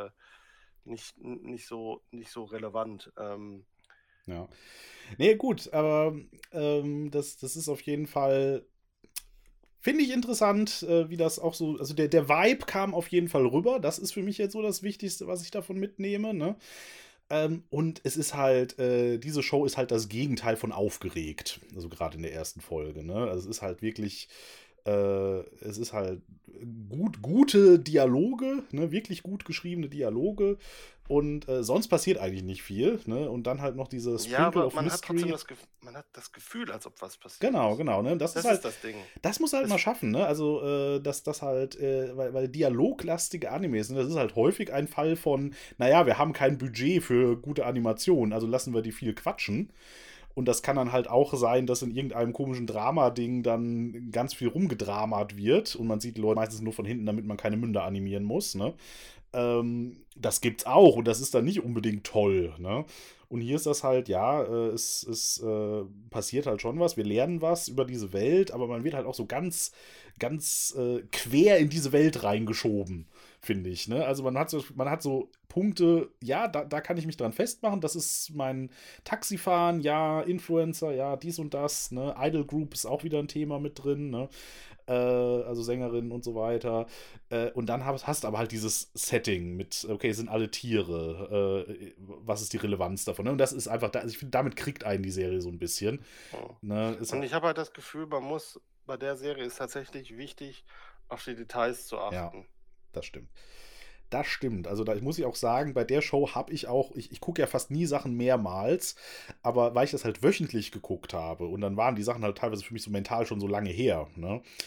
nicht so relevant. Ja. Nee, gut, aber das ist auf jeden Fall, finde ich interessant, wie das auch so, also der Vibe kam auf jeden Fall rüber. Das ist für mich jetzt so das Wichtigste, was ich davon mitnehme, ne? Und es ist halt, diese Show ist halt das Gegenteil von aufgeregt. Also gerade in der ersten Folge, ne? Also es ist halt wirklich, es ist halt gute Dialoge, ne? Wirklich gut geschriebene Dialoge. Und sonst passiert eigentlich nicht viel, ne? Und dann halt noch diese Ja, Sprinkle aber of Mystery. man hat das Gefühl, als ob was passiert Genau, ist. genau, ne? Das ist Das halt, ist das Ding. das muss halt mal Das schaffen, ne? Also, dass das halt, weil dialoglastige Animes, ne, das ist halt häufig ein Fall von, naja, wir haben kein Budget für gute Animationen, also lassen wir die viel quatschen. Und das kann dann halt auch sein, dass in irgendeinem komischen Drama-Ding dann ganz viel rumgedramat wird und man sieht die Leute meistens nur von hinten, damit man keine Münder animieren muss, ne? Das gibt's auch und das ist dann nicht unbedingt toll, ne? Und hier ist das halt, ja, es passiert halt schon was, wir lernen was über diese Welt, aber man wird halt auch so ganz quer in diese Welt reingeschoben, finde ich, ne? Also man hat so Punkte, ja, da kann ich mich dran festmachen, das ist mein Taxifahren, ja, Influencer, ja, dies und das, ne? Idol Group ist auch wieder ein Thema mit drin, ne? Also Sängerinnen und so weiter. Und dann hast du aber halt dieses Setting mit, okay, es sind alle Tiere, was ist die Relevanz davon? Ne? Und das ist einfach, also ich finde, damit kriegt einen die Serie so ein bisschen. mhm. Ne? Ist, Und ich habe halt das Gefühl, man muss bei der Serie ist tatsächlich wichtig, auf die Details zu ja, achten. das stimmt. Das stimmt. Also da muss ich auch sagen, bei der Show habe ich auch, ich gucke ja fast nie Sachen mehrmals, aber weil ich das halt wöchentlich geguckt habe und dann waren die Sachen halt teilweise für mich so mental schon so lange her, ne?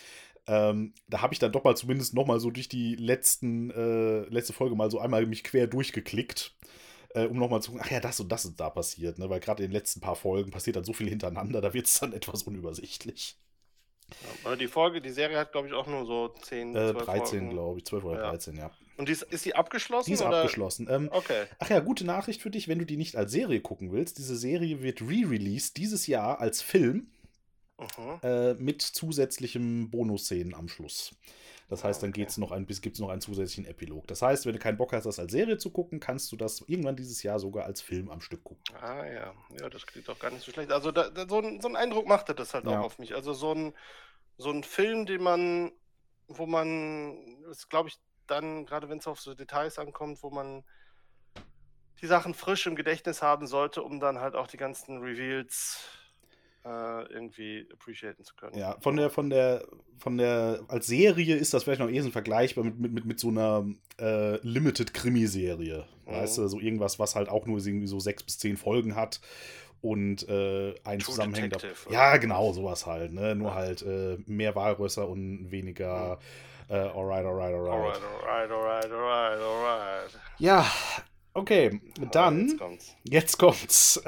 Da habe ich dann doch mal zumindest noch mal so durch die letzte Folge mal so einmal mich quer durchgeklickt, um nochmal zu gucken, ach ja, das und das ist da passiert, ne? Weil gerade in den letzten paar Folgen passiert dann so viel hintereinander, da wird es dann etwas unübersichtlich. Ja, aber die Serie hat, glaube ich, auch nur so 10, 12 13, Folgen. glaube ich, 12 oder Ja. 13, ja. Und ist die abgeschlossen? Die ist oder? abgeschlossen. Okay. Ach ja, gute Nachricht für dich, wenn du die nicht als Serie gucken willst. Diese Serie wird re-released dieses Jahr als Film mit zusätzlichem Bonusszenen am Schluss. Das heißt, dann gibt es noch einen zusätzlichen Epilog. Das heißt, wenn du keinen Bock hast, das als Serie zu gucken, kannst du das irgendwann dieses Jahr sogar als Film am Stück gucken. Ah ja, das klingt doch gar nicht so schlecht. Also so ein Eindruck machte das halt auch auf mich. Also so ein Film, wo man, das glaube ich dann, gerade wenn es auf so Details ankommt, wo man die Sachen frisch im Gedächtnis haben sollte, um dann halt auch die ganzen Reveals irgendwie appreciaten zu können. Ja, als Serie ist das vielleicht noch eher vergleichbar mit so einer Limited-Krimiserie. Weißt du, so irgendwas, was halt auch nur irgendwie so 6 bis 10 Folgen hat und ein Zusammenhang. Ja, genau, sowas halt, ne? Nur halt mehr Walrösser und weniger alright. Ja, okay, dann jetzt kommt's.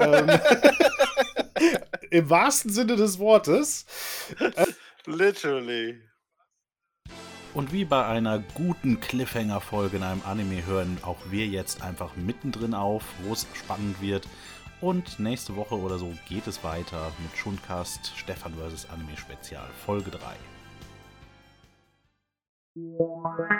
Im wahrsten Sinne des Wortes. Literally. Und wie bei einer guten Cliffhanger-Folge in einem Anime hören auch wir jetzt einfach mittendrin auf, wo es spannend wird. Und nächste Woche oder so geht es weiter mit Shundcast Stefan vs. Anime Spezial, Folge 3.